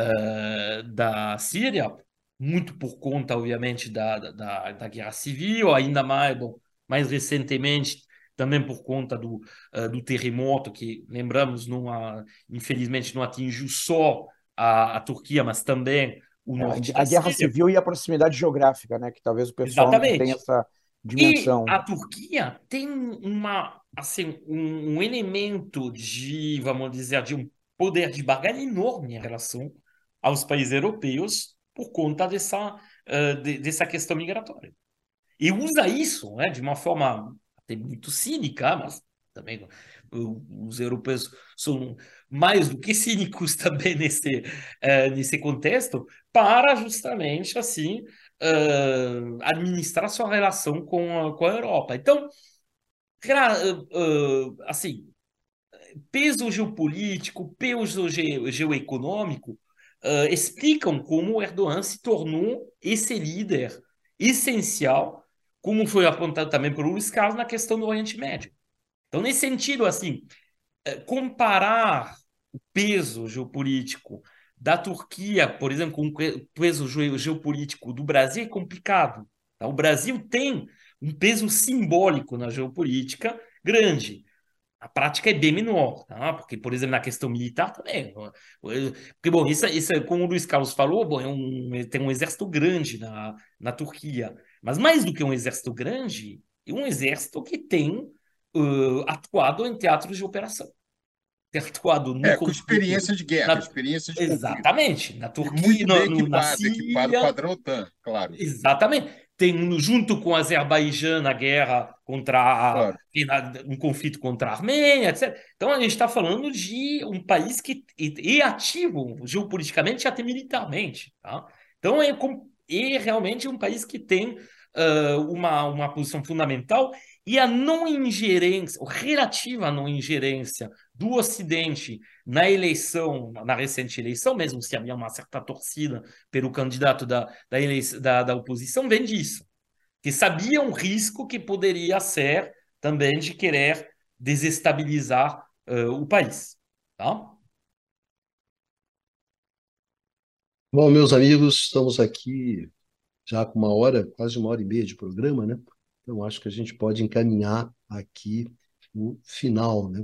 Speaker 4: uh, da Síria, muito por conta, obviamente, da, da, da guerra civil, ainda mais, bom, mais recentemente, também por conta do, uh, do terremoto, que, lembramos, não a, infelizmente não atingiu só a, a Turquia, mas também o norte
Speaker 3: A
Speaker 4: da
Speaker 3: guerra
Speaker 4: Síria.
Speaker 3: civil e a proximidade geográfica, né? Que talvez o pessoal não tenha
Speaker 4: Exatamente.
Speaker 3: essa
Speaker 4: E
Speaker 3: dimensão.
Speaker 4: a Turquia tem uma, assim, um, um elemento de, vamos dizer, de um poder de barganha enorme em relação aos países europeus por conta dessa, uh, de, dessa questão migratória. E usa isso, né, de uma forma até muito cínica, mas também uh, os europeus são mais do que cínicos também nesse, uh, nesse contexto, para justamente assim uh, administrar sua relação com a, com a Europa. Então, uh, uh, assim, peso geopolítico, peso ge geoeconômico uh, explicam como o Erdogan se tornou esse líder essencial, como foi apontado também por Luiz Carlos na questão do Oriente Médio. Então, nesse sentido, assim, comparar o peso geopolítico da Turquia, por exemplo, com o peso geopolítico do Brasil é complicado. Tá? O Brasil tem um peso simbólico na geopolítica grande. A prática é bem menor, tá? Porque, por exemplo, na questão militar também. Porque, bom, isso, isso como o Luiz Carlos falou, bom, é um, tem um exército grande na, na Turquia. Mas mais do que um exército grande, e um exército que tem uh, atuado em teatros de operação, tem atuado no
Speaker 2: É, com
Speaker 4: conflito,
Speaker 2: experiência de guerra,
Speaker 4: na,
Speaker 2: experiência de conflito.
Speaker 4: exatamente, na
Speaker 2: E
Speaker 4: Turquia,
Speaker 2: muito bem
Speaker 4: no, no, na
Speaker 2: equipado, equipado
Speaker 4: Síria,
Speaker 2: padrão OTAN, claro,
Speaker 4: exatamente. Tem, junto com o Azerbaijão, a guerra contra a,
Speaker 2: claro.
Speaker 4: um conflito contra a Armênia, etcétera. Então, a gente está falando de um país que é ativo geopoliticamente e até militarmente. Tá? Então, é, é realmente um país que tem uh, uma, uma posição fundamental e a não ingerência, ou relativa não ingerência do Ocidente na eleição, na recente eleição, mesmo se havia uma certa torcida pelo candidato da, da, eleição, da, da oposição, vem disso. Que sabia um risco que poderia ser também de querer desestabilizar uh, o país. Tá?
Speaker 1: Bom, meus amigos, estamos aqui já com uma hora, quase uma hora e meia de programa, né? Então, acho que a gente pode encaminhar aqui o final, né?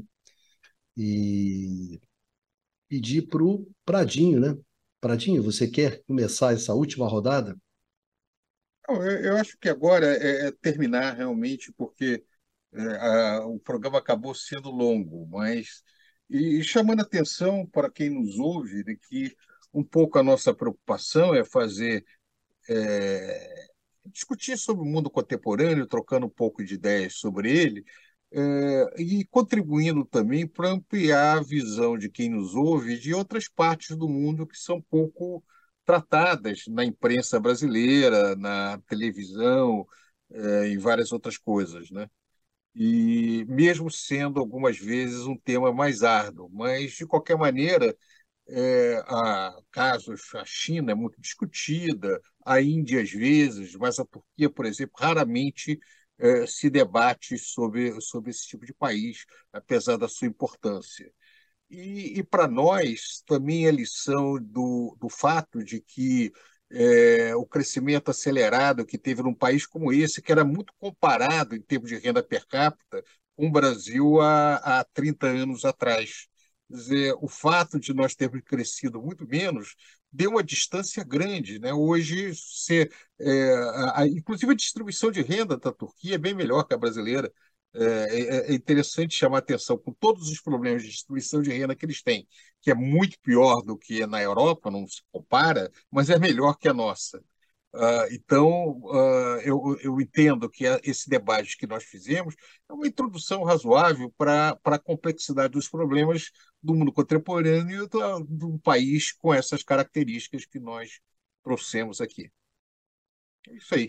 Speaker 1: E pedir para o Pradinho, né? Pradinho, você quer começar essa última rodada?
Speaker 2: Não, Eu, eu acho que agora é, é terminar realmente, porque é, a- o programa acabou sendo longo, mas e, e chamando atenção para quem nos ouve de que um pouco a nossa preocupação é fazer é, discutir sobre o mundo contemporâneo, trocando um pouco de ideias sobre ele, é, e contribuindo também para ampliar a visão de quem nos ouve de outras partes do mundo que são pouco tratadas na imprensa brasileira, na televisão, é, e várias outras coisas, né? E mesmo sendo algumas vezes um tema mais árduo, mas de qualquer maneira é, há casos, a China é muito discutida, a Índia às vezes, mas a Turquia, por exemplo, raramente é, se debate sobre, sobre esse tipo de país, apesar da sua importância. E, e para nós, também a lição do, do fato de que é, o crescimento acelerado que teve num país como esse, que era muito comparado em termos de renda per capita com o Brasil há, há trinta anos atrás. Quer dizer, o fato de nós termos crescido muito menos deu uma distância grande, né? Hoje, você, é, a, a- inclusive a distribuição de renda da Turquia é bem melhor que a brasileira. É, é- é interessante chamar a atenção com todos os problemas de distribuição de renda que eles têm, que é muito pior do que na Europa, não se compara, mas é melhor que a nossa. Ah, então, ah, eu, eu entendo que a- esse debate que nós fizemos é uma introdução razoável para para a complexidade dos problemas do mundo contemporâneo do, do país com essas características que nós trouxemos aqui. É isso aí.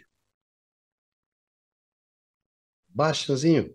Speaker 1: Baixazinho,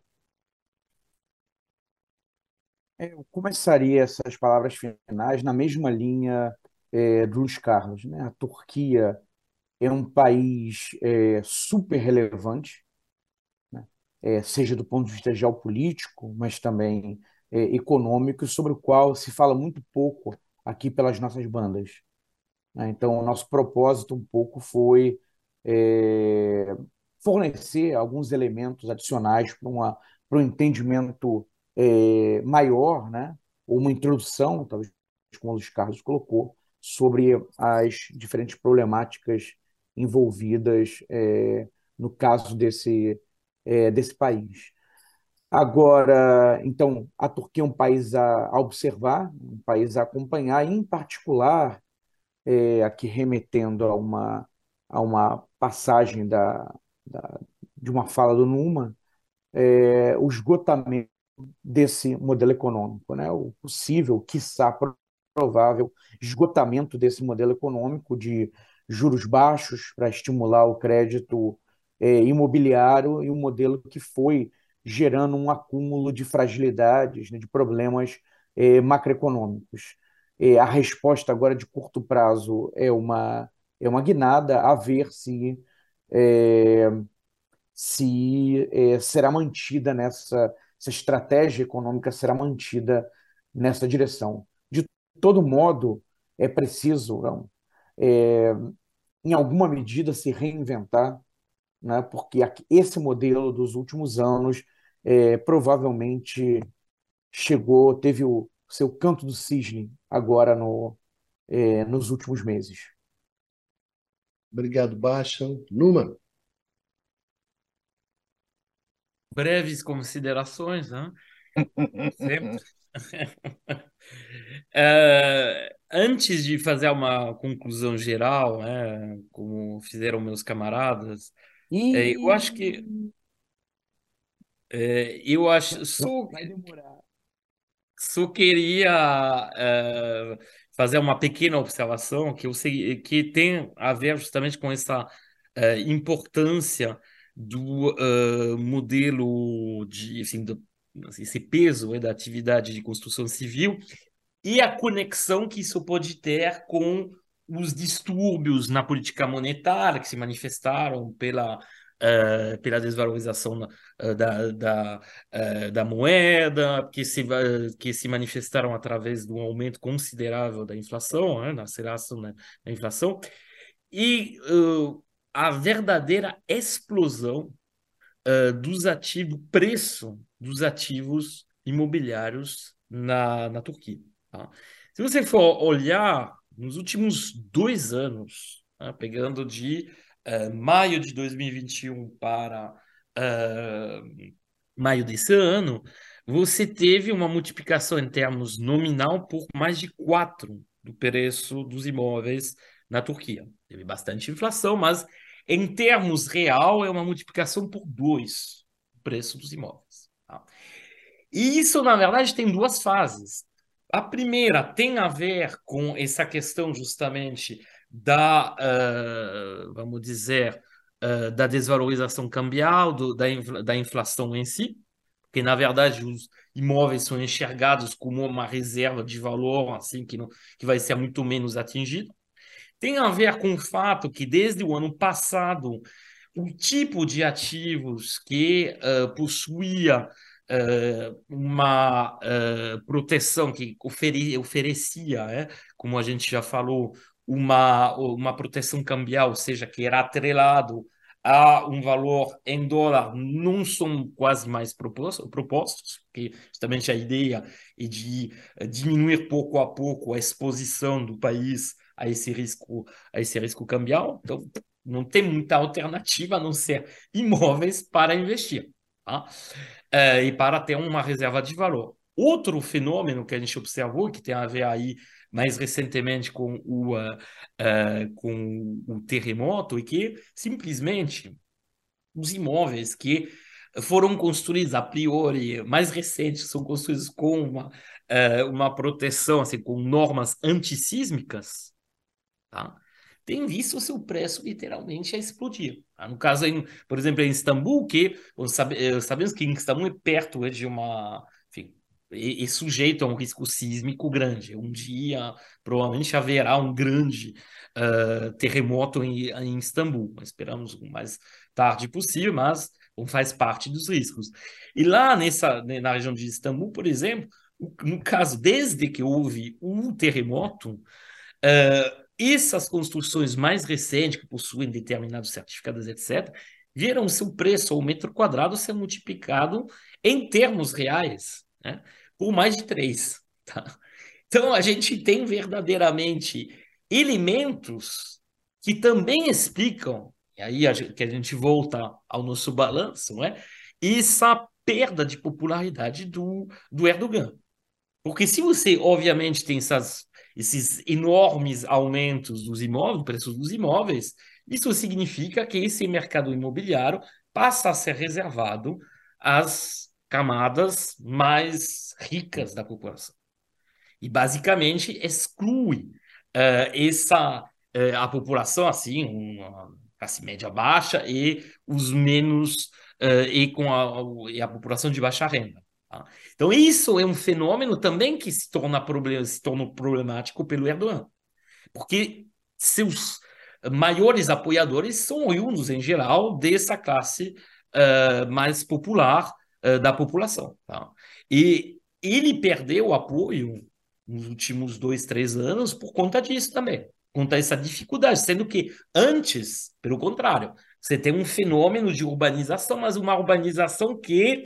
Speaker 3: É, Eu começaria essas palavras finais na mesma linha é, do Luiz Carlos, né? A Turquia é um país é, super relevante, né? É, seja do ponto de vista geopolítico, mas também é, econômico, sobre o qual se fala muito pouco aqui pelas nossas bandas, né? Então, o nosso propósito um pouco foi é, fornecer alguns elementos adicionais para uma, para um entendimento é, maior, né? Ou uma introdução, talvez, como o Luiz Carlos colocou, sobre as diferentes problemáticas envolvidas é, no caso desse, é, desse país. Agora, então, a Turquia é um país a, a observar, um país a acompanhar, em particular é, aqui remetendo a uma, a uma passagem da, da, de uma fala do Numa, é, o esgotamento desse modelo econômico, né? O possível, quiçá provável, esgotamento desse modelo econômico de juros baixos para estimular o crédito é, imobiliário e um modelo que foi gerando um acúmulo de fragilidades, né, de problemas é, macroeconômicos. É, a resposta agora de curto prazo é uma, é uma guinada a ver se é, se eh, será mantida nessa, essa estratégia econômica será mantida nessa direção. De todo modo, é preciso, não, é, em alguma medida, se reinventar, né, porque aqui- esse modelo dos últimos anos eh, provavelmente chegou, teve o seu canto do cisne agora no, eh, nos últimos meses.
Speaker 1: obrigado, Baixa. Numa,
Speaker 4: breves considerações, né? Sempre. É, antes de fazer uma conclusão geral, né, como fizeram meus camaradas, é, eu
Speaker 3: E
Speaker 4: acho que é, eu acho só,
Speaker 3: vai demorar.
Speaker 4: só queria é, fazer uma pequena observação que eu sei que tem a ver justamente com essa é, importância do é, modelo de, assim, do, esse peso, né, da atividade de construção civil e a conexão que isso pode ter com os distúrbios na política monetária que se manifestaram pela, uh, pela desvalorização uh, da, da, uh, da moeda, que se, uh, que se manifestaram através de um aumento considerável da inflação, né, na aceleração da, da inflação, e uh, a verdadeira explosão uh, dos ativos, preço dos ativos imobiliários na, na Turquia. Tá? Se você for olhar nos últimos dois anos, tá? Pegando de uh, maio de dois mil e vinte e um para uh, maio desse ano, você teve uma multiplicação em termos nominal por mais de quatro do preço dos imóveis na Turquia. Teve bastante inflação, mas em termos real, é uma multiplicação por dois o preço dos imóveis. Tá? E isso, na verdade, tem duas fases. A primeira tem a ver com essa questão justamente da, uh, vamos dizer, uh, da desvalorização cambial, do, da, infla, da inflação em si, porque, na verdade, os imóveis são enxergados como uma reserva de valor assim que, não, que vai ser muito menos atingida. Tem a ver com o fato que, desde o ano passado, o tipo de ativos que uh, possuía uh, uma uh, proteção que ofere oferecia, é, como a gente já falou, uma, uma proteção cambial, ou seja, que era atrelado a um valor em dólar, não são quase mais propostos, propostos, porque justamente a ideia é de diminuir pouco a pouco a exposição do país a esse risco, a esse risco cambial. Então, não tem muita alternativa a não ser imóveis para investir, tá? É, e para ter uma reserva de valor. Outro fenômeno que a gente observou, que tem a ver aí mais recentemente com o, uh, uh, com o terremoto, é que simplesmente os imóveis que foram construídos a priori, mais recentes, são construídos com uma, uh, uma proteção, assim, com normas antissísmicas, tá? Tem visto o seu preço literalmente a explodir. Tá? No caso, em, por exemplo, em Istambul, que sabe, sabemos que em Istambul é perto de uma... Enfim, e, e sujeito a um risco sísmico grande. Um dia, provavelmente, haverá um grande uh, terremoto em, em Istambul. Esperamos o mais tarde possível, mas faz parte dos riscos. E lá nessa, na região de Istambul, por exemplo, no caso, desde que houve um terremoto, uh, essas construções mais recentes, que possuem determinados certificados, etcétera, viram seu preço ao metro quadrado ser multiplicado em termos reais, né, por mais de três. Tá? Então, a gente tem verdadeiramente elementos que também explicam, e aí a gente, que a gente volta ao nosso balanço, não é? Essa perda de popularidade do, do Erdogan. Porque se você, obviamente, tem essas, esses enormes aumentos dos imóveis, preços dos imóveis, isso significa que esse mercado imobiliário passa a ser reservado às camadas mais ricas da população. E, basicamente, exclui uh, essa, uh, a população, assim, uma classe média baixa e os menos, uh, e com a, e a população de baixa renda. Tá? Então, isso é um fenômeno também que se torna, problem, se torna problemático pelo Erdogan, porque seus maiores apoiadores são oriundos, em geral, dessa classe uh, mais popular uh, da população. Tá? E ele perdeu o apoio nos últimos dois, três anos por conta disso também, por conta dessa dificuldade, sendo que antes, pelo contrário, você tem um fenômeno de urbanização, mas uma urbanização que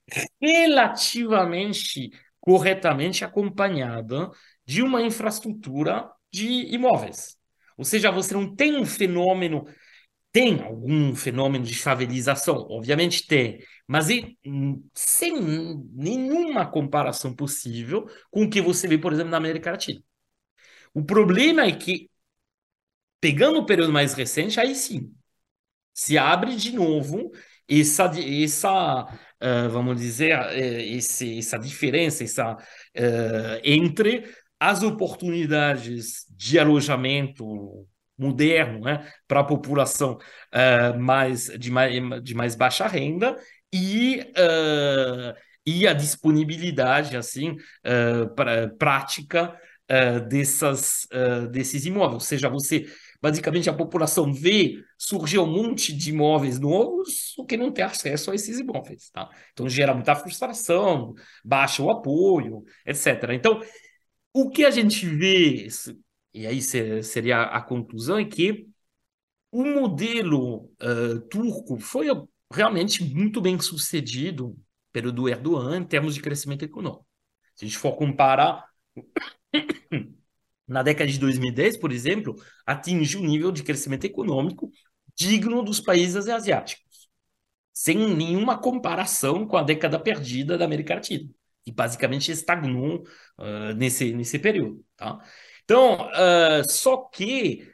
Speaker 4: relativamente corretamente acompanhada de uma infraestrutura de imóveis. Ou seja, você não tem um fenômeno Tem algum fenômeno de favelização? Obviamente tem, mas é, hum, sem nenhuma comparação possível com o que você vê, por exemplo, na América Latina. O problema é que, pegando o período mais recente, aí sim, se abre de novo essa, essa uh, vamos dizer, uh, esse, essa diferença essa, uh, entre as oportunidades de alojamento moderno, né, para a população uh, mais, de, mais, de mais baixa renda e, uh, e a disponibilidade assim, uh, pra, prática uh, dessas, uh, desses imóveis. Ou seja, você basicamente, a população vê surgir um monte de imóveis novos, o que não tem acesso a esses imóveis, tá? Então, gera muita frustração, baixa o apoio, etcétera. Então, o que a gente vê, e aí seria a conclusão, é que o modelo uh, turco foi realmente muito bem sucedido pelo do Erdogan em termos de crescimento econômico. Se a gente for comparar na década de dois mil e dez, por exemplo, atingiu um nível de crescimento econômico digno dos países asiáticos, sem nenhuma comparação com a década perdida da América Latina, que basicamente estagnou uh, nesse, nesse período. Tá? Então, uh, só que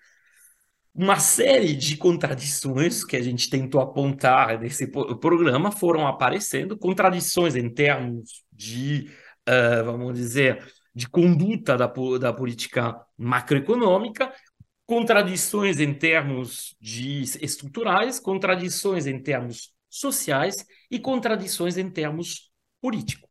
Speaker 4: uma série de contradições que a gente tentou apontar nesse programa foram aparecendo, contradições em termos de, uh, vamos dizer, de conduta da, da política macroeconômica, contradições em termos de estruturais, contradições em termos sociais e contradições em termos políticos.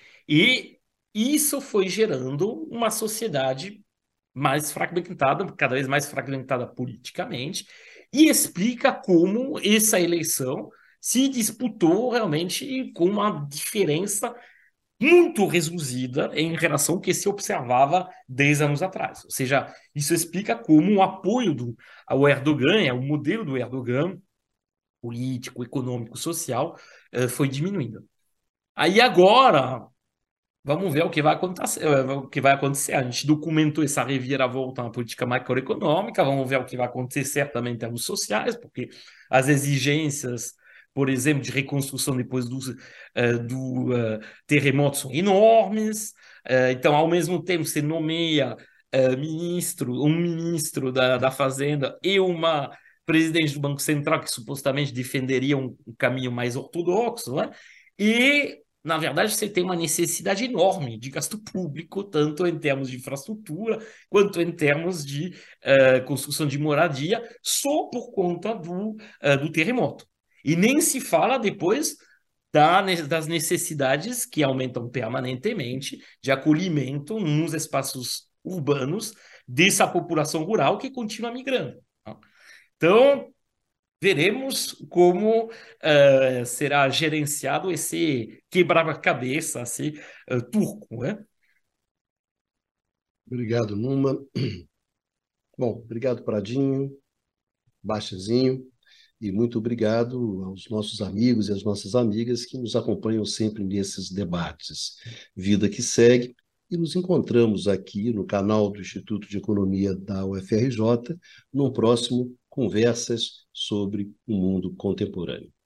Speaker 4: E isso foi gerando uma sociedade mais fragmentada, cada vez mais fragmentada politicamente, e explica como essa eleição se disputou realmente com uma diferença muito reduzida em relação ao que se observava dez anos atrás. Ou seja, isso explica como o apoio do, ao Erdogan, o modelo do Erdogan, político, econômico, social, foi diminuindo. Aí agora, vamos ver o que vai acontecer. O que vai acontecer. A gente documentou essa reviravolta na política macroeconômica, vamos ver o que vai acontecer também em termos sociais, porque as exigências, por exemplo, de reconstrução depois do, uh, do uh, terremoto são enormes. Uh, então, ao mesmo tempo, você nomeia uh, ministro, um ministro da, da Fazenda e uma presidente do Banco Central que supostamente defenderia um, um caminho mais ortodoxo, né? E na verdade, você tem uma necessidade enorme de gasto público, tanto em termos de infraestrutura, quanto em termos de uh, construção de moradia, só por conta do, uh, do terremoto. E nem se fala depois da, das necessidades que aumentam permanentemente de acolhimento nos espaços urbanos dessa população rural que continua migrando. Então, veremos como uh, será gerenciado esse quebra-cabeça assim, uh, turco, né?
Speaker 1: Obrigado, Numa. Bom, obrigado, Pradinho, Baixazinho, e muito obrigado aos nossos amigos e às nossas amigas que nos acompanham sempre nesses debates. Vida que segue, e nos encontramos aqui no canal do Instituto de Economia da U F R J, num próximo Conversas sobre o Mundo Contemporâneo.